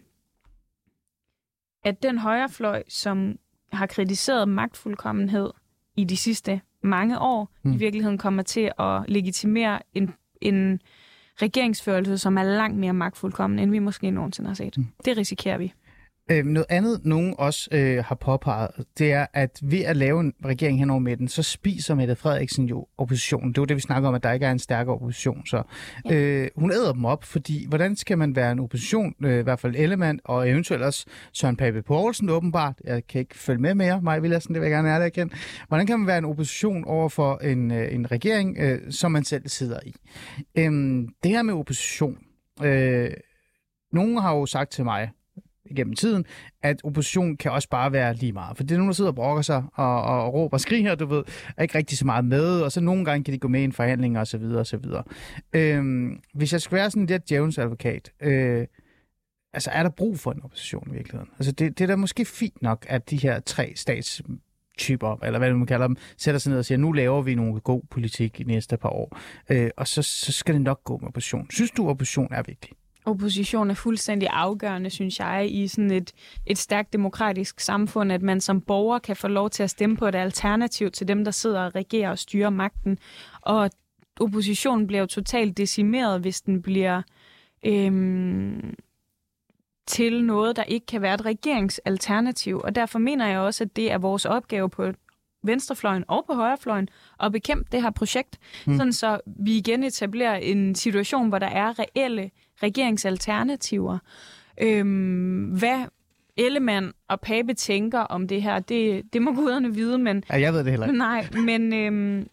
at den højrefløj, som har kritiseret magtfuldkommenhed i de sidste mange år, mm. i virkeligheden kommer til at legitimere en, en regeringsførelse, som er langt mere magtfuldkommen, end vi måske nogensinde har set. Mm. Det risikerer vi. Øh, noget andet, nogen også øh, har påpeget, det er, at ved at lave en regering hen over midten, så spiser Mette Frederiksen jo oppositionen. Det er jo det, vi snakker om, at der ikke er en stærkere opposition. Så ja. øh, hun æder dem op, fordi hvordan skal man være en opposition, øh, i hvert fald Ellemann, og eventuelt også Søren Pape Poulsen åbenbart. Jeg kan ikke følge med mere, Maja Villadsen, det vil jeg gerne ærligt erkende. Hvordan kan man være en opposition over for en, øh, en regering, øh, som man selv sidder i? Øh, det her med opposition. Øh, nogen har jo sagt til mig, gennem tiden, at opposition kan også bare være lige meget. For det er nogen, der sidder og brokker sig og, og råber og skriger, du ved, er ikke rigtig så meget med, og så nogle gange kan de gå med i en forhandling og så videre og så videre. Øhm, hvis jeg skal være sådan lidt djævelens advokat, øh, altså, er der brug for en opposition i virkeligheden? Altså, det, det er da måske fint nok, at de her tre statstyper, eller hvad man kalder dem, sætter sig ned og siger, nu laver vi nogle god politik i næste par år, øh, og så, så skal det nok gå med opposition. Synes du, opposition er vigtig? Opposition er fuldstændig afgørende, synes jeg, i sådan et, et stærkt demokratisk samfund, at man som borger kan få lov til at stemme på et alternativ til dem, der sidder og regerer og styrer magten. Og oppositionen bliver jo totalt decimeret, hvis den bliver øhm, til noget, der ikke kan være et regeringsalternativ. Og derfor mener jeg også, at det er vores opgave på venstrefløjen og på højrefløjen at bekæmpe det her projekt, mm. sådan så vi igen etablerer en situation, hvor der er reelle regeringsalternativer. Øhm, hvad Ellemann og Pape tænker om det her, det, det må guderne vide, men... Ja, jeg ved det heller ikke. Nej, men øhm,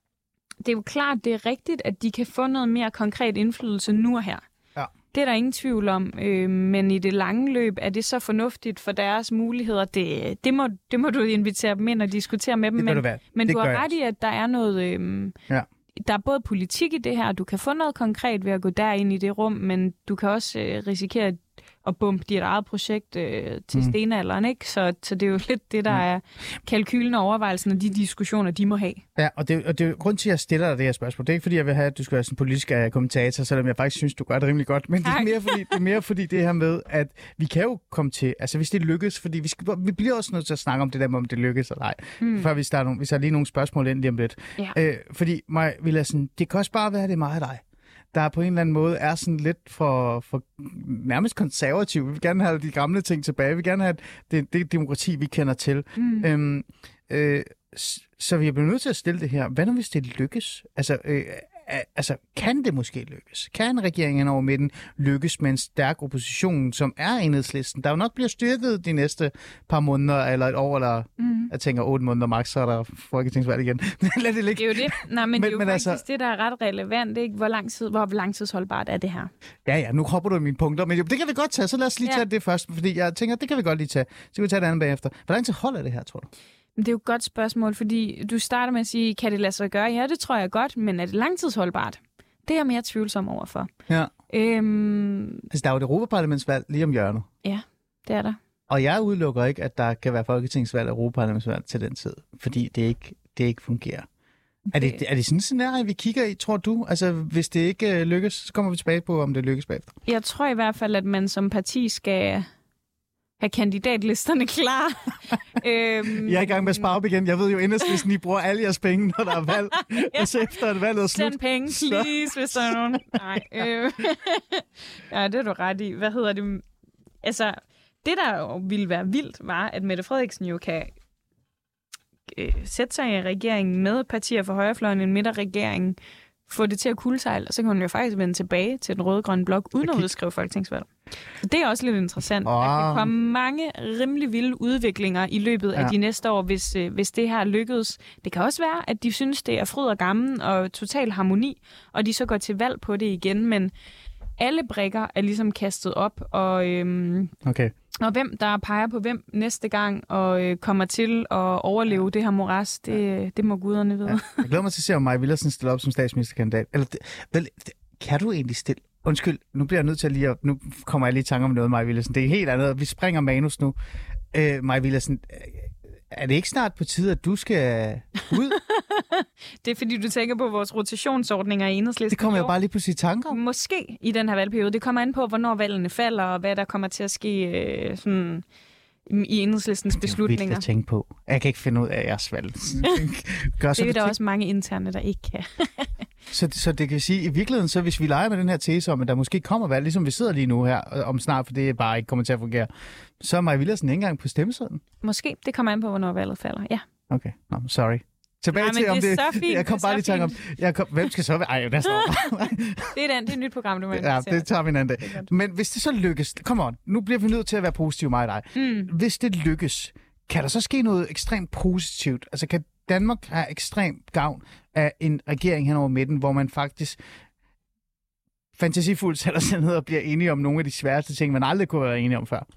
det er jo klart, det er rigtigt, at de kan få noget mere konkret indflydelse nu og her. Ja. Det er der ingen tvivl om, øh, men i det lange løb er det så fornuftigt for deres muligheder. Det, det, må, det må du invitere dem ind og diskutere med dem. Det men men, men det du har ret i, at der er noget... Øh, ja. Der er både politik i det her, du kan få noget konkret ved at gå derind i det rum, men du kan også øh, risikere at bumpe dit eget projekt øh, til mm. stenalderen, ikke? Så, så det er jo lidt det, der mm. er kalkylen og overvejelsen og de diskussioner, de må have. Ja, og det, og det er grund til, at jeg stiller dig det her spørgsmål. Det er ikke, fordi jeg vil have, at du skal være sådan en politisk uh, kommentator, selvom jeg faktisk synes, du gør det rimelig godt. Men det er, mere fordi, det er mere fordi det her med, at vi kan jo komme til, altså hvis det lykkes, fordi vi, skal, vi bliver også nødt til at snakke om det der med, om det lykkes eller ej. Mm. Før vi starter nogle, hvis der er lige nogle spørgsmål ind lige om lidt. Ja. Øh, fordi mig vil jeg sådan, det kan også bare være, det er mig og dig, der på en eller anden måde er sådan lidt for, for nærmest konservativ. Vi vil gerne have de gamle ting tilbage. Vi vil gerne have det, det demokrati, vi kender til. Mm. Øhm, øh, så vi er blevet nødt til at stille det her. Hvad nu, hvis det lykkes? Altså, øh, altså, kan det måske lykkes? Kan regeringen over midten lykkes med en stærk opposition, som er Enhedslisten, der jo nok bliver styrket de næste par måneder, eller et år, eller mm. jeg tænker otte måneder max, så er der folketingsvalg igen. Lad det ligge. Det er jo det. Nej, men, men det er jo men faktisk altså, det, der er ret relevant, ikke? Hvor, lang tid, hvor langtidsholdbart er det her? Ja, ja, nu hopper du i mine punkter, men det kan vi godt tage, så lad os lige ja. tage det først, fordi jeg tænker, det kan vi godt lige tage. Så kan vi tage det andet bagefter. Hvor lang tid holder det her, tror du? Det er jo et godt spørgsmål, fordi du starter med at sige, kan det lade sig gøre? Ja, det tror jeg godt, men er det langtidsholdbart? Det er jeg mere tvivlsom overfor. Ja. Øhm... Altså, der er jo et europaparlamentsvalg lige om hjørnet. Ja, det er der. Og jeg udelukker ikke, at der kan være folketingsvalg og europaparlamentsvalg til den tid, fordi det ikke, det ikke fungerer. Okay. Er, det, er det sådan et scenarie, vi kigger i, tror du? Altså, hvis det ikke lykkes, så kommer vi tilbage på, om det lykkes bagefter. Jeg tror i hvert fald, at man som parti skal have kandidatlisterne klar. øhm, jeg er i gang med at spare op igen. Jeg ved jo, Enhedslisten, I bruger alle jeres penge, når der er valg. ja. Og så efter at valget er slut. Send penge, please, hvis der er nogen. Nej. Øh. ja, det er du ret i. Hvad hedder det? Altså, det der jo ville være vildt, var, at Mette Frederiksen jo kan øh, sætte sig i regeringen med partier for højrefløjen, en midterregering, få det til at kuldsejle, og så kan hun jo faktisk vende tilbage til den røde-grønne blok, uden okay. at udskrive folketingsvalg. Så det er også lidt interessant. Oh. Der kan komme mange rimelig vilde udviklinger i løbet ja. af de næste år, hvis, øh, hvis det her lykkes. Det kan også være, at de synes, det er fryd og gammel og total harmoni, og de så går til valg på det igen, men alle brikker er ligesom kastet op, og, øhm, okay. og hvem der peger på hvem næste gang, og øh, kommer til at overleve ja. det her moras, det, ja. det må guderne vide. Ja. Jeg glæder mig til at se, om Mai Villadsen stiller op som statsministerkandidat. Eller, vel, kan du egentlig stille? Undskyld, nu bliver jeg nødt til at lige, nu kommer jeg lige i tanke om noget, Mai Villadsen. Det er helt andet, vi springer manus nu. Øh, Mai Villadsen, er det ikke snart på tide, at du skal ud? Det er fordi, du tænker på vores rotationsordninger i Enhedslisten. Det kommer jeg bare lige på sige tanker om. Måske i den her valgperiode. Det kommer an på, hvornår valgene falder, og hvad der kommer til at ske øh, sådan, i Enhedslistens beslutninger. Det er vildt at tænke på. Jeg kan ikke finde ud af jeres valg. Gør, det er der også mange interne, der ikke kan. så, så det kan sige, i virkeligheden, så hvis vi leger med den her tese om, at der måske kommer valg, ligesom vi sidder lige nu her, om snart, for det bare ikke kommer til at fungere, så er Mai Villadsen ikke engang på stemmesedlen. Måske. Det kommer an på, hvornår valget falder. Ja. Okay. No, sorry. Tilbage Nej, til, om det er det, så fint. Jeg kom bare lige tanke om, jeg kom, hvem skal så være? Ej, der står. det er den, det er et nyt program, du må Ja, det tager vi en anden dag. Men hvis det så lykkes, kom on, nu bliver vi nødt til at være positive, mig og dig. Mm. Hvis det lykkes, kan der så ske noget ekstremt positivt? Altså, kan Danmark have ekstremt gavn af en regering hen over midten, hvor man faktisk fantasifuldt sætter sig ned og bliver enige om nogle af de sværeste ting, man aldrig kunne være enige om før?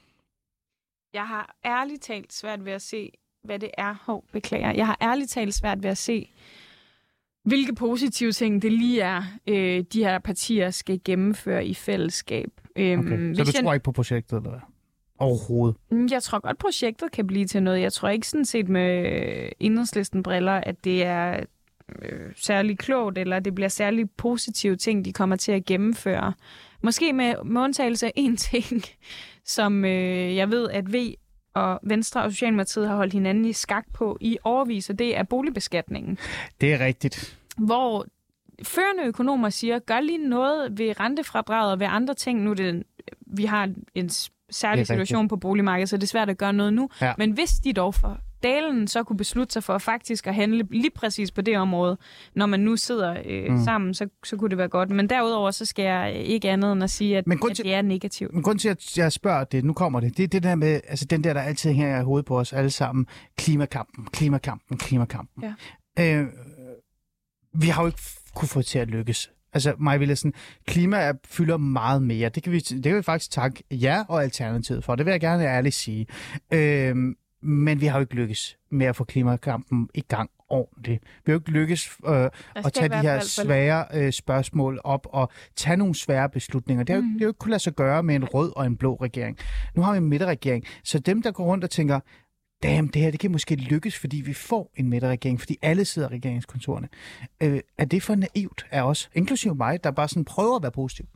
Jeg har ærligt talt svært ved at se, hvad det er. Hov, beklager. Jeg har ærligt talt svært ved at se, hvilke positive ting det lige er, øh, de her partier skal gennemføre i fællesskab. Øhm, okay. Så du jeg... tror ikke på projektet, eller hvad? Overhovedet? Jeg tror godt, projektet kan blive til noget. Jeg tror ikke sådan set med Enhedslisten briller, at det er øh, særlig klogt, eller det bliver særlig positive ting, de kommer til at gennemføre. Måske med, med undtagelse af én ting, som øh, jeg ved, at V og Venstre og Socialdemokratiet har holdt hinanden i skak på i årevis, og det er boligbeskatningen. Det er rigtigt. Hvor førende økonomer siger, gør lige noget ved rentefradraget og ved andre ting. Nu det, vi har en særlig situation rigtigt. På boligmarkedet, så det er svært at gøre noget nu. Ja. Men hvis de dog for dalen så kunne beslutte sig for faktisk at handle lige præcis på det område, når man nu sidder øh, mm. sammen, så, så kunne det være godt. Men derudover så skal jeg ikke andet end at sige, at, at det er negativt. Men grund til, at jeg spørger det, nu kommer det, det er det der med, altså den der, der altid hænger i hovedet på os alle sammen, klimakampen, klimakampen, klimakampen. Ja. Øh, vi har jo ikke kunne få det til at lykkes. Altså, Mai Villadsen, klima fylder meget mere. Det kan vi, det kan vi faktisk takke jer og Alternativet for. Det vil jeg gerne ærligt sige. Øh, men vi har jo ikke lykkes med at få klimakampen i gang ordentligt. Vi har jo ikke lykkes øh, at tage de her svære øh, spørgsmål op og tage nogle svære beslutninger. Det har jo, mm. det har jo ikke kunnet lade sig gøre med en rød og en blå regering. Nu har vi en midterregering. Så dem, der går rundt og tænker, damn, det her det kan måske lykkes, fordi vi får en midterregering, fordi alle sidder i regeringskontorerne. Øh, er det for naivt af os, inklusive mig, der bare sådan prøver at være positiv?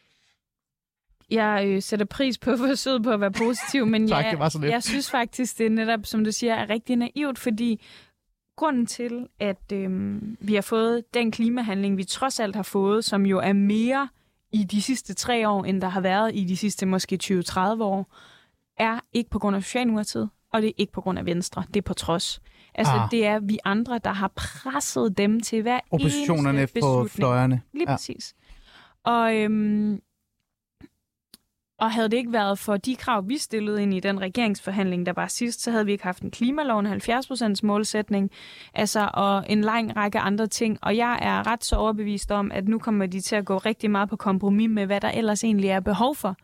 Jeg øh, sætter pris på forsøget på at være positiv, men tak, jeg, jeg synes faktisk, det er netop, som du siger, er rigtig naivt, fordi grunden til, at øh, vi har fået den klimahandling, vi trods alt har fået, som jo er mere i de sidste tre år, end der har været i de sidste måske tyve til tredive år, er ikke på grund af Socialdemokratiet, og det er ikke på grund af Venstre. Det er på trods. Altså, ah. det er vi andre, der har presset dem til hver oppositionerne eneste på fløjerne. Lige ja. Præcis. Og, øhm, og havde det ikke været for de krav, vi stillede ind i den regeringsforhandling, der var sidst, så havde vi ikke haft en klimalov, en halvfjerds procent målsætning, altså, og en lang række andre ting. Og jeg er ret så overbevist om, at nu kommer de til at gå rigtig meget på kompromis med, hvad der ellers egentlig er behov for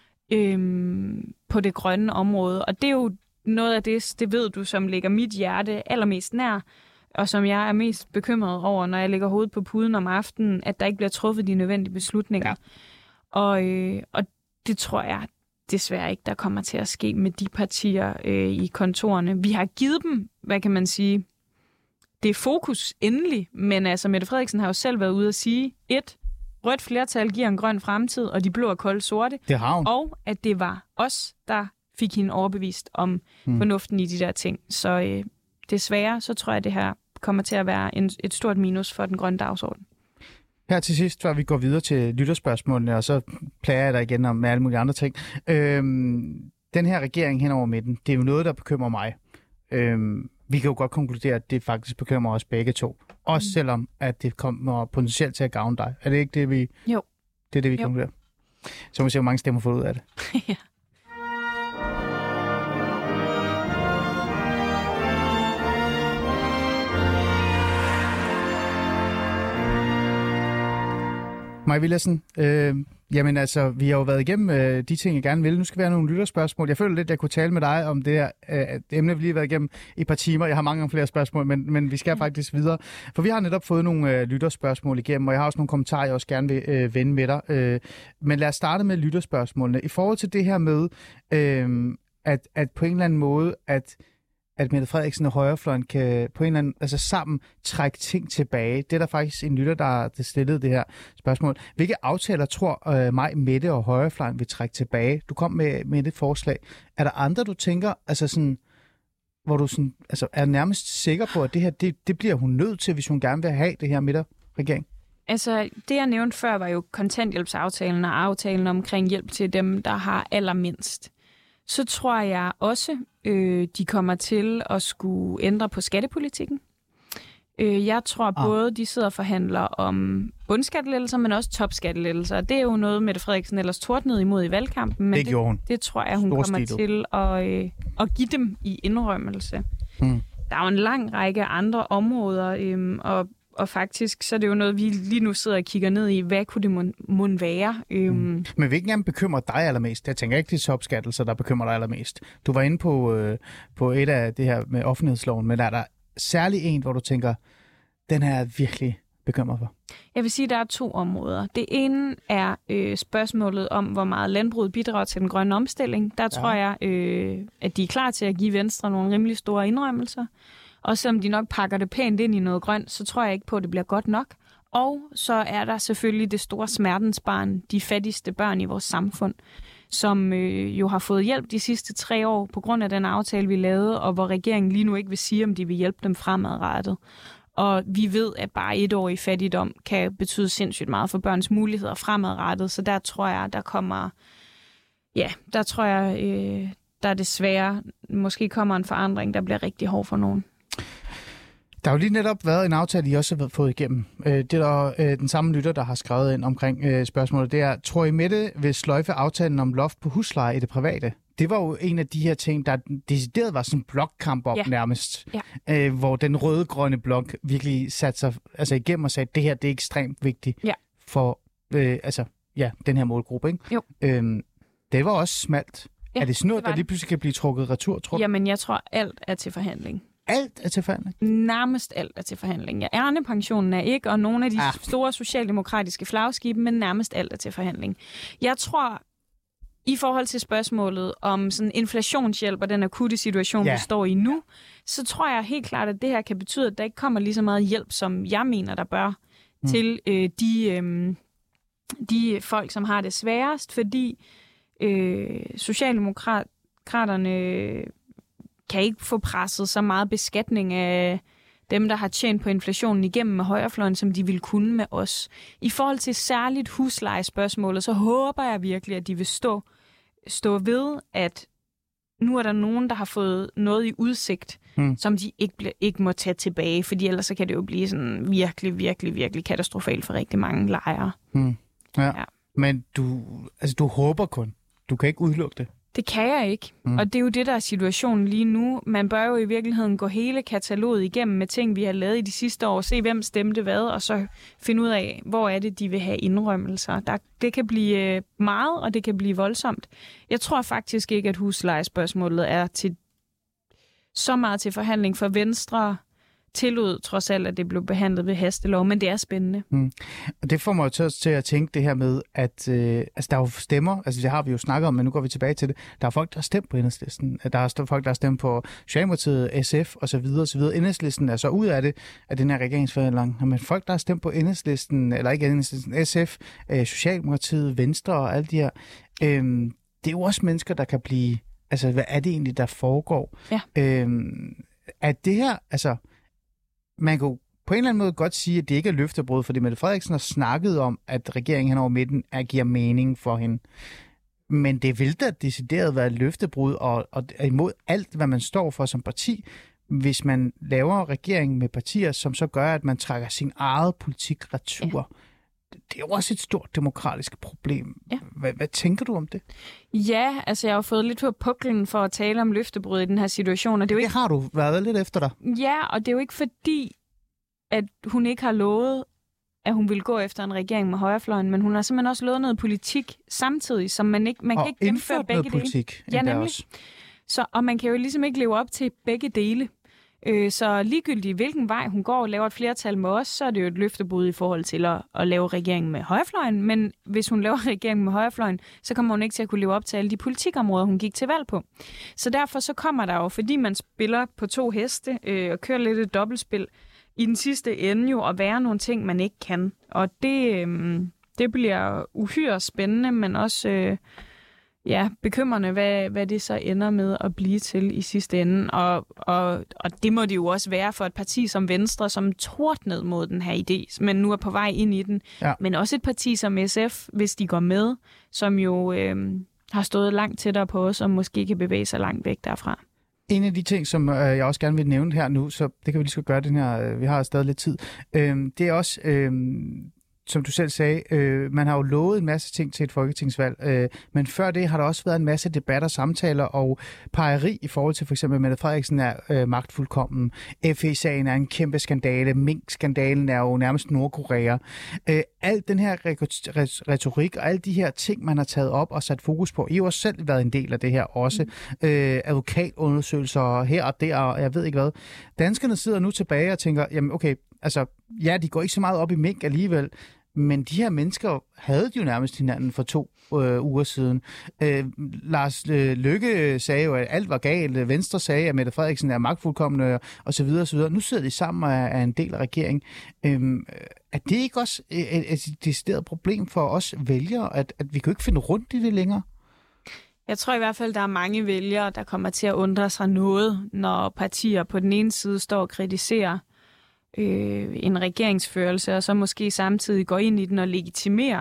øhm, på det grønne område. Og det er jo noget af det, det ved du, som ligger mit hjerte allermest nær, og som jeg er mest bekymret over, når jeg lægger hovedet på puden om aftenen, at der ikke bliver truffet de nødvendige beslutninger. Ja. Og, øh, og det tror jeg desværre ikke, der kommer til at ske med de partier øh, i kontorerne. Vi har givet dem, hvad kan man sige, det er fokus endelig, men altså Mette Frederiksen har jo selv været ude at sige, et, rødt flertal giver en grøn fremtid, og de blå er kolde sorte, det har hun. Og at det var os, der fik hende overbevist om hmm. fornuften i de der ting. Så øh, desværre, så tror jeg, at det her kommer til at være en, et stort minus for den grønne dagsorden. Her til sidst, før vi går videre til lytterspørgsmålene, og så plager jeg dig igen om alle mulige andre ting. Øhm, den her regering hen over midten, det er jo noget, der bekymrer mig. Øhm, vi kan jo godt konkludere, at det faktisk bekymrer os begge to. Også mm. selvom, at det kommer potentielt til at gavne dig. Er det ikke det, vi... Jo. Det er det, vi konkluderer. Så må vi se, hvor mange stemmer får ud af det. Ja. Mai Villadsen, øh, jamen altså, vi har jo været igennem øh, de ting, jeg gerne vil. Nu skal vi have nogle lytterspørgsmål. Jeg føler lidt, at jeg kunne tale med dig om det her øh, emne, vi lige har været igennem i et par timer. Jeg har mange flere spørgsmål, men, men vi skal mm. faktisk videre. For vi har netop fået nogle øh, lytterspørgsmål igennem, og jeg har også nogle kommentarer, jeg også gerne vil øh, vende med dig. Øh, men lad os starte med lytterspørgsmålene. I forhold til det her med, øh, at, at på en eller anden måde, at at Mette Frederiksen og højrefløjen kan på en eller anden, altså sammen trække ting tilbage. Det er der faktisk en lytter, der har stillet det her spørgsmål. Hvilke aftaler tror øh, mig, Mette og højrefløjen vil trække tilbage? Du kom med, med det forslag. Er der andre, du tænker, altså sådan, hvor du sådan, altså er nærmest sikker på, at det her, det, det bliver hun nødt til, hvis hun gerne vil have det her midterregering? Altså, det jeg nævnte før var jo kontanthjælpsaftalen og aftalen omkring hjælp til dem, der har allermindst. Så tror jeg også, øh, de kommer til at skulle ændre på skattepolitikken. Øh, jeg tror ah. både, de sidder og forhandler om bundskattelettelser, men også topskattelettelser. Det er jo noget, Mette Frederiksen ellers tordnede imod i valgkampen, men det, det, hun. det tror jeg, hun kommer til at, øh, at give dem i indrømmelse. Hmm. Der er jo en lang række andre områder, øh, og Og faktisk, så er det jo noget, vi lige nu sidder og kigger ned i. Hvad kunne det må være? Øhm... Mm. Men hvilken af dem bekymrer dig allermest? Jeg tænker ikke, det er topskattelser, der bekymrer dig allermest. Du var inde på, øh, på et af det her med offentlighedsloven, men er der særlig en, hvor du tænker, Den er jeg virkelig bekymret for. Jeg vil sige, at der er to områder. Det ene er øh, spørgsmålet om, hvor meget landbruget bidrager til den grønne omstilling. Der ja. tror jeg, øh, at de er klar til at give Venstre nogle rimelig store indrømmelser. Og selvom de nok pakker det pænt ind i noget grønt, så tror jeg ikke på, at det bliver godt nok. Og så er der selvfølgelig det store smertensbarn, de fattigste børn i vores samfund, som øh, jo har fået hjælp de sidste tre år på grund af den aftale, vi lavede, og hvor regeringen lige nu ikke vil sige, om de vil hjælpe dem fremadrettet. Og vi ved, at bare et år i fattigdom kan betyde sindssygt meget for børns muligheder fremadrettet. Så der tror jeg, der kommer, ja, der tror jeg, øh, der desværre måske kommer en forandring, der bliver rigtig hård for nogen. Der har jo lige netop været en aftale, I også har fået igennem. Det er der øh, den samme lytter, der har skrevet ind omkring øh, spørgsmålet. Det er, tror I Mette vil sløjfe aftalen om loft på husleje i det private? Det var jo en af de her ting, der decideret var sådan en blokkamp op ja. nærmest. Ja. Øh, hvor den røde-grønne blok virkelig satte sig altså, igennem og sagde, at det her det er ekstremt vigtigt ja. for øh, altså, ja, den her målgruppe. Ikke? Jo. Øhm, det var også smalt. Ja, er det sådan noget, der lige pludselig kan blive trukket retur, tror du? Jamen, jeg tror, alt er til forhandling. Alt er til forhandling? Nærmest alt er til forhandling. Ja, Arne-pensionen er ikke, og nogle af de ah. store socialdemokratiske flagskibe, men nærmest alt er til forhandling. Jeg tror, i forhold til spørgsmålet om sådan inflationshjælp og den akutte situation, ja. vi står i nu, så tror jeg helt klart, at det her kan betyde, at der ikke kommer lige så meget hjælp, som jeg mener, der bør, mm. til øh, de, øh, de folk, som har det sværest, fordi øh, socialdemokraterne kan ikke få presset så meget beskatning af dem, der har tjent på inflationen igennem med højrefløjen, som de ville kunne med os. I forhold til særligt huslejespørgsmålet, så håber jeg virkelig, at de vil stå, stå ved, at nu er der nogen, der har fået noget i udsigt, hmm. som de ikke, ikke må tage tilbage, fordi ellers så kan det jo blive sådan virkelig, virkelig, virkelig katastrofalt for rigtig mange lejere. Hmm. Ja. ja. Men du, altså, du håber kun. Du kan ikke udelukke det. Det kan jeg ikke, mm. og det er jo det, der er situationen lige nu. Man bør jo i virkeligheden gå hele kataloget igennem med ting, vi har lavet i de sidste år, se hvem stemte hvad, og så finde ud af, hvor er det, de vil have indrømmelser. Der, det kan blive meget, og det kan blive voldsomt. Jeg tror faktisk ikke, at huslejespørgsmålet er til så meget til forhandling for Venstre. Tillod trods alt, at det blev behandlet ved hastelov, men det er spændende. Mm. Og det får mig jo til at tænke det her med, at øh, altså, der er jo stemmer, altså det har vi jo snakket om, men nu går vi tilbage til det. Der er folk, der har stemt på Enhedslisten. Der er folk, der har stemt på Socialdemokratiet, S F osv. osv. Enhedslisten er så ud af det, af den her regeringsforhandling. Men folk, der har stemt på Enhedslisten, eller ikke Enhedslisten, S F, øh, Socialdemokratiet, Venstre og alle de her, øh, det er jo også mennesker, der kan blive, altså hvad er det egentlig, der foregår? Ja. Øh, at det her, altså man kan på en eller anden måde godt sige, at det ikke er løftebrud, fordi Mette Frederiksen har snakket om, at regeringen hen over midten er, giver mening for hende. Men det vil da decideret være et løftebrud og, og imod alt, hvad man står for som parti, hvis man laver regering med partier, som så gør, at man trækker sin eget politik retur. Ja. Det er jo også et stort demokratisk problem. Ja. Hvad, hvad tænker du om det? Ja, altså jeg har fået lidt på puklen for at tale om løftebrud i den her situation. Og det, er jo ikke... det har du været lidt efter dig. Ja, og det er jo ikke fordi, at hun ikke har lovet, at hun vil gå efter en regering med højrefløjen, men hun har simpelthen også lovet noget politik samtidig, som man ikke man kan ikke gennemføre begge dele. Politik, ja, nemlig. Også. Så, og man kan jo ligesom ikke leve op til begge dele. Øh, så ligegyldigt hvilken vej hun går og laver et flertal med os, så er det jo et løftebrud i forhold til at, at lave regering med højrefløjen. Men hvis hun laver regering med højrefløjen, så kommer hun ikke til at kunne leve op til alle de politikområder, hun gik til valg på. Så derfor så kommer der jo, fordi man spiller på to heste øh, og kører lidt et dobbeltspil, i den sidste ende jo at være nogle ting, man ikke kan. Og det, øh, det bliver uhyre spændende, men også øh, ja, bekymrende, hvad, hvad det så ender med at blive til i sidste ende. Og, og, og det må det jo også være for et parti som Venstre, som tordnede mod den her idé, men nu er på vej ind i den. Ja. Men også et parti som S F, hvis de går med, som jo øh, har stået langt tættere på os, og måske kan bevæge sig langt væk derfra. En af de ting, som øh, jeg også gerne vil nævne her nu, så det kan vi lige så gøre den her, øh, vi har stadig lidt tid, øh, det er også, øh, som du selv sagde, øh, man har jo lovet en masse ting til et folketingsvalg, øh, men før det har der også været en masse debatter, samtaler og pegeri i forhold til for eksempel Mette Frederiksen er øh, magtfuldkommen, F E-sagen er en kæmpe skandale, Mink-skandalen er jo nærmest Nordkorea. Øh, alt den her retorik og alle de her ting, man har taget op og sat fokus på, I har jo også selv været en del af det her også, mm. øh, advokatundersøgelser her og der, og jeg ved ikke hvad. Danskerne sidder nu tilbage og tænker, jamen okay, altså, ja, de går ikke så meget op i mink alligevel, men de her mennesker havde jo nærmest hinanden for to øh, uger siden. Øh, Lars øh, Løkke sagde jo, at alt var galt. Venstre sagde, at Mette Frederiksen er magtfuldkommen, og så videre og så videre. Nu sidder de sammen og er en del af regeringen. Øh, er det ikke også et, et decideret problem for os vælgere, at, at vi kan jo ikke finde rundt i det længere? Jeg tror i hvert fald, der er mange vælgere, der kommer til at undre sig noget, når partier på den ene side står og kritiserer øh, en regeringsførelse, og så måske samtidig går ind i den og legitimerer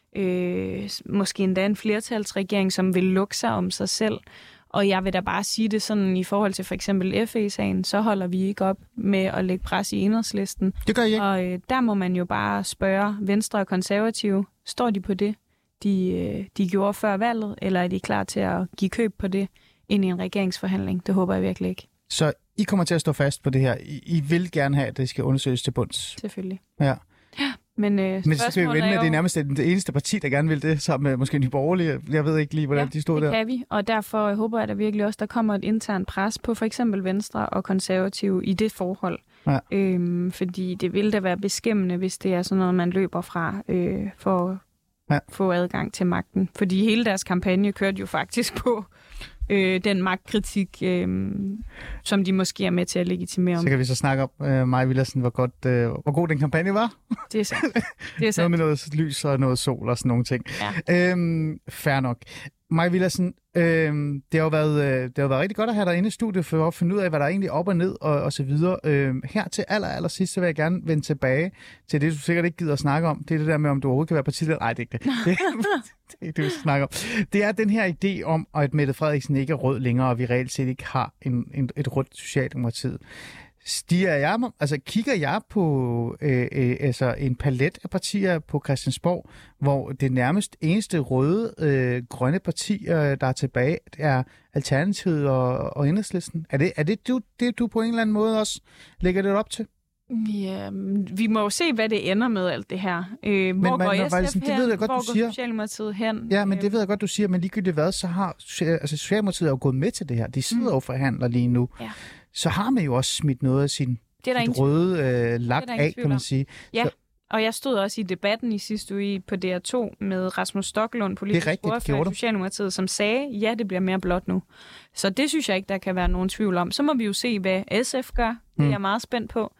øh, måske endda en flertalsregering, som vil lukke sig om sig selv. Og jeg vil da bare sige det sådan, i forhold til for eksempel F E-sagen, så holder vi ikke op med at lægge pres i Enhedslisten. Det gør I ikke. Og øh, der må man jo bare spørge Venstre og Konservative, står de på det, de, øh, de gjorde før valget, eller er de klar til at give køb på det ind i en regeringsforhandling? Det håber jeg virkelig ikke. Så I kommer til at stå fast på det her. I, I vil gerne have, at det skal undersøges til bunds? Selvfølgelig. Ja. Ja, men, øh, men så skal vi vende med, at det er nærmest det eneste parti, der gerne vil det, sammen med måske Nye Borgerlige. Jeg ved ikke lige, hvordan ja, de stod det der. det kan vi, og derfor håber jeg da virkelig også, der kommer et internt pres på for eksempel Venstre og Konservative i det forhold. Ja. Øhm, fordi det vil da være beskæmmende, hvis det er sådan noget, man løber fra øh, for at ja. få adgang til magten. Fordi hele deres kampagne kørte jo faktisk på øh, den magtkritik, øh, som de måske er med til at legitimere. Så kan vi så snakke om, øh, Maja Villadsen, hvor, godt, øh, hvor god den kampagne var. Det er sandt. Det er sandt. Noget med noget lys og noget sol og sådan nogle ting. Ja. Øhm, fair nok. Maja Villadsen, øh, det, har jo været, øh, det har været rigtig godt at have dig inde i studiet for at finde ud af, hvad der er egentlig op og ned og, og så videre. Øh, her til aller, aller sidst, så vil jeg gerne vende tilbage til det, du sikkert ikke gider at snakke om. Det er det der med, om du overhovedet kan være partileder. Nej, det er ikke det. Det, det er ikke det, vi skal snakke om. Det er den her idé om, at Mette Frederiksen ikke er rød længere, og vi reelt set ikke har en, en, et rødt Socialdemokratiet. Stiger jeg, altså kigger jeg på øh, øh, altså en palet af partier på Christiansborg, hvor det nærmest eneste røde, øh, grønne parti, øh, der er tilbage, er Alternativet og, og Enhedslisten. Er det, er det du, det, du på en eller anden måde også lægger det op til? Ja, vi må jo se, hvad det ender med alt det her. Øh, hvor men, går men, S F hen? Det ved jeg godt, hvor du går siger. Socialdemokratiet hen? Ja, men det ved jeg godt, du siger, men ligegyldigt hvad, så har altså, Socialdemokratiet jo gået med til det her. De sidder mm. og forhandler lige nu. Ja. Så har man jo også smidt noget af sin røde øh, lak af, kan man sige. Ja, så, og jeg stod også i debatten i sidste uge på D R to med Rasmus Stocklund, politisk ordfører i Socialdemokratiet, som sagde, ja, det bliver mere blåt nu. Så det synes jeg ikke, der kan være nogen tvivl om. Så må vi jo se, hvad S F gør. Det er mm. jeg meget spændt på.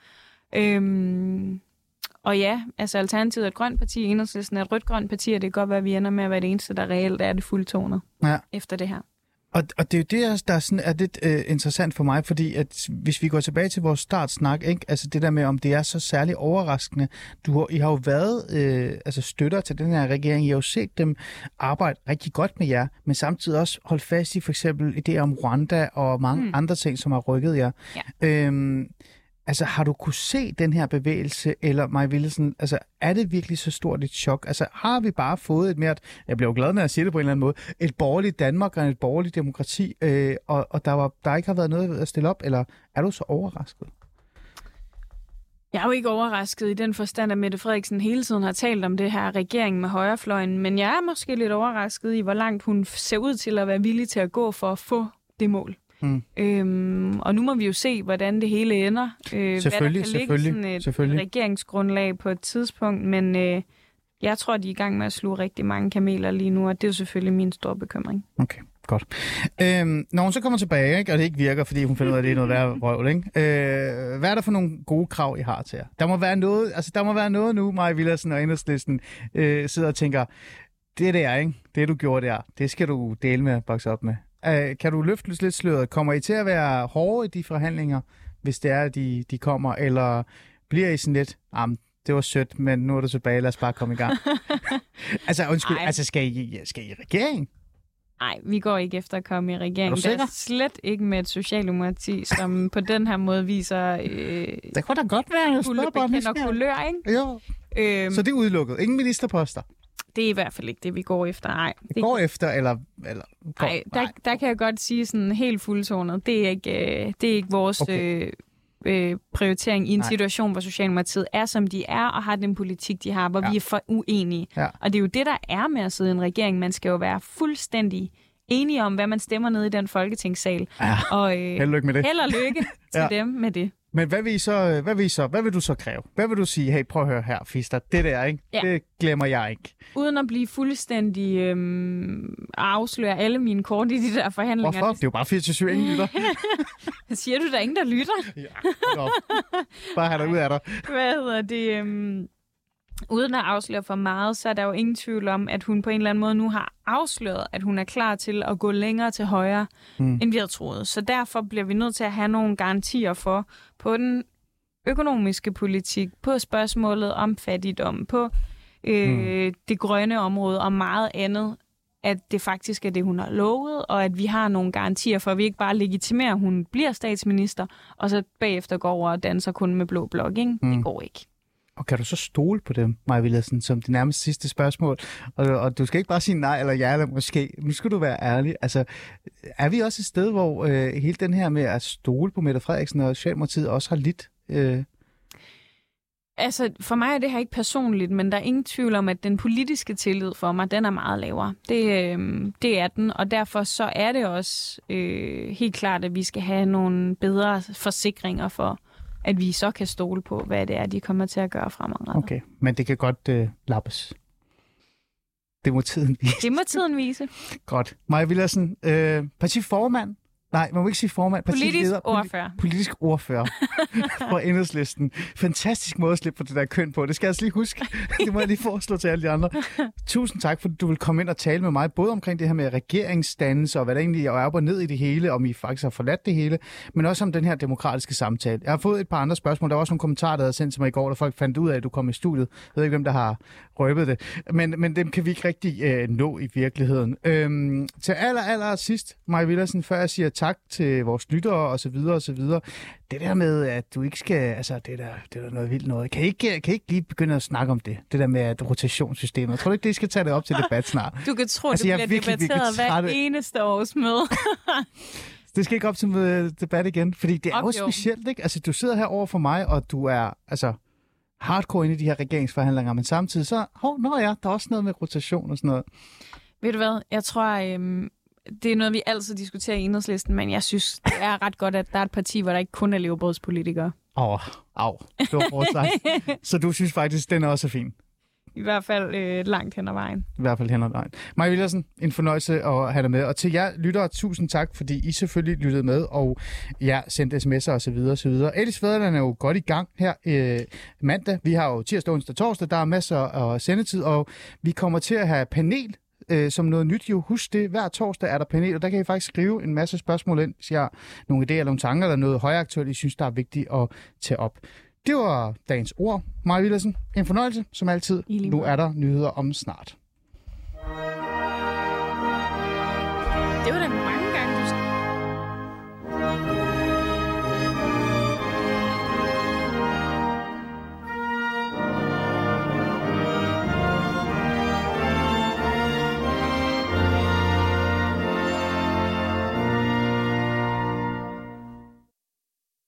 Øhm, og ja, altså Alternativet er et grønt parti, Enhedslisten er et rødt-grønt parti, og det kan godt være, at vi ender med at være det eneste, der reelt er det fuldtonet ja. efter det her. Og, og det er jo det, der er, sådan, er lidt øh, interessant for mig, fordi at hvis vi går tilbage til vores startsnak, ikke? Altså det der med, om det er så særligt overraskende. Du har, I har jo været øh, altså støtter til den her regering. I har jo set dem arbejde rigtig godt med jer, men samtidig også holdt fast i for eksempel idéer om Rwanda og mange mm. andre ting, som har rykket jer. Ja. Øhm, Altså, har du kunne se den her bevægelse, eller Maja Villadsen, altså, er det virkelig så stort et chok? Altså, har vi bare fået et mere, jeg bliver jo glad, når jeg siger det på en eller anden måde, et borgerligt Danmark og et borgerligt demokrati, øh, og, og der, var, der ikke har været noget at stille op, eller er du så overrasket? Jeg er jo ikke overrasket i den forstand, at Mette Frederiksen hele tiden har talt om det her regering med højrefløjen, men jeg er måske lidt overrasket i, hvor langt hun ser ud til at være villig til at gå for at få det mål. Mm. Øhm, og nu må vi jo se, hvordan det hele ender. Øh, selvfølgelig, hvad der kan selvfølgelig, ligge sådan et selvfølgelig. regeringsgrundlag på et tidspunkt, men øh, jeg tror, de er i gang med at sluge rigtig mange kameler lige nu, og det er jo selvfølgelig min store bekymring. Okay, godt. Øhm, når hun så kommer tilbage, ikke, og det ikke virker, fordi hun finder ud af, at det er noget værd røvl, ikke? Øh, hvad er der for nogle gode krav, I har til jer? Der må være noget, altså, der må være noget nu, Maja Villadsen og Enhedslisten øh, sidder og tænker, det der, ikke? Det du gjorde der, det skal du dele med at bokse op med. Uh, kan du løfte lidt sløret? Kommer I til at være hårde i de forhandlinger, hvis det er, de, de kommer? Eller bliver I sådan lidt, ah, det var sødt, men nu er du tilbage, lad os bare komme i gang? altså, undskyld, Ej. altså skal I, skal I i regering? Nej, vi går ikke efter at komme i regering. Er du sikker? Det er slet ikke med et socialdemokrati, som på den her måde viser... Øh, det kunne da godt være, jeg spørger bare næsten. Og kulør, ikke? Jo. Øhm, Så det er udelukket? Ingen ministerposter? Det er i hvert fald ikke det, vi går efter. Nej. Det går efter, eller... eller går, nej, der, nej, der kan jeg godt sige sådan helt fuldtonet. Det er ikke, øh, det er ikke vores okay. øh, øh, prioritering i en nej. situation, hvor Socialdemokratiet er, som de er, og har den politik, de har, hvor ja. vi er for uenige. Ja. Og det er jo det, der er med at sidde i en regering. Man skal jo være fuldstændig enige om, hvad man stemmer ned i den folketingssal. Ja. Og, øh, held og lykke med det. Held og lykke til ja. dem med det. Men hvad vil, I så, hvad, vil I så, hvad vil du så kræve? Hvad vil du sige, hey, prøv at høre her, Fister, det der, ikke? Ja. Det glemmer jeg ikke. Uden at blive fuldstændig øhm, afsløre alle mine kort i de der forhandlinger. Hvorfor? Det er jo bare fireogtyve syv, ingen lytter. Siger du, der er ingen, der lytter? Ja, nå. Bare have dig ud af dig. Hvad hedder det? Øhm, uden at afsløre for meget, så er der jo ingen tvivl om, at hun på en eller anden måde nu har afsløret, at hun er klar til at gå længere til højre, mm. end vi havde troet. Så derfor bliver vi nødt til at have nogle garantier for, på den økonomiske politik, på spørgsmålet om fattigdom, på øh, mm. det grønne område og meget andet, at det faktisk er det, hun har lovet, og at vi har nogle garantier for, at vi ikke bare legitimerer, at hun bliver statsminister, og så bagefter går over og danser kun med blå blok. Ikke? Mm. Det går ikke. Og kan du så stole på dem, Maja Villadsen, som det nærmest sidste spørgsmål? Og, og du skal ikke bare sige nej eller ja, eller måske. Nu skal du være ærlig. Altså, er vi også et sted, hvor øh, hele den her med at stole på Mette Frederiksen og Socialdemokratiet også har lidt? Øh... Altså, for mig er det her ikke personligt, men der er ingen tvivl om, at den politiske tillid for mig, den er meget lavere. Det, øh, det er den, og derfor så er det også øh, helt klart, at vi skal have nogle bedre forsikringer for, at vi så kan stole på, hvad det er, de kommer til at gøre fremadrettet. Okay, men det kan godt øh, lappes. Det må tiden vise. Det må tiden vise. Godt. Maja Villadsen, øh, partiformand. Nej, man må ikke sige formand. Politisk leder, ordfører. Poli- politisk ordfører for Enhedslisten. Fantastisk måde at slippe på det der køn på. Det skal jeg altså lige huske. Det må jeg lige foreslå til alle de andre. Tusind tak, fordi du vil komme ind og tale med mig, både omkring det her med regeringsdannelse, og hvad der egentlig er op og ned i det hele, om I faktisk har forladt det hele, men også om den her demokratiske samtale. Jeg har fået et par andre spørgsmål. Der var også nogle kommentarer, der havde sendt til mig i går, der folk fandt ud af, at du kom i studiet. Jeg ved ikke, hvem der har røbet det. Men, men dem kan vi ikke rigtig øh, nå i virkeligheden. Øhm, til aller, aller sidst, Maja Villadsen, før jeg siger tak til vores lyttere og så videre og så videre. Det der med, at du ikke skal, altså det der, det er der noget vildt noget. Kan I ikke, kan I ikke lige begynde at snakke om det? Det der med rotationssystemet. Jeg tror du ikke, det skal tage det op til debat snart? Du kan tro, altså, det bliver virkelig, debatteret hver eneste års møde. Det skal ikke op til debat igen, fordi det er jo specielt, ikke? Altså du sidder her over for mig, og du er altså hardcore inde i de her regeringsforhandlinger, men samtidig så, hov, nå ja, der er også noget med rotation og sådan noget. Ved du hvad, jeg tror, øhm, det er noget, vi altid diskuterer i Enhedslisten, men jeg synes, det er ret godt, at der er et parti, hvor der ikke kun er levebrødspolitikere. Åh, oh, au, det var hårdt sagt. Så du synes faktisk, den er også fin? I hvert fald øh, langt hen ad vejen. I hvert fald hen ad vejen. Maja Villadsen, en fornøjelse at have dig med. Og til jer lyttere, tusind tak, fordi I selvfølgelig lyttede med, og ja, sendte sms'er og så videre og så videre. Elis Fædreland er jo godt i gang her øh, mandag. Vi har jo tirsdag, onsdag, torsdag. Der er masser af sendetid, og vi kommer til at have panel øh, som noget nyt. Jo, husk det, hver torsdag er der panel, og der kan I faktisk skrive en masse spørgsmål ind, hvis jeg har nogle idéer eller nogle tanker, eller noget højaktuelt, I synes, der er vigtigt at tage op. Det var dagens ord. Maja Villadsen, en fornøjelse, som altid. Nu er der nyheder om snart. Det var da mange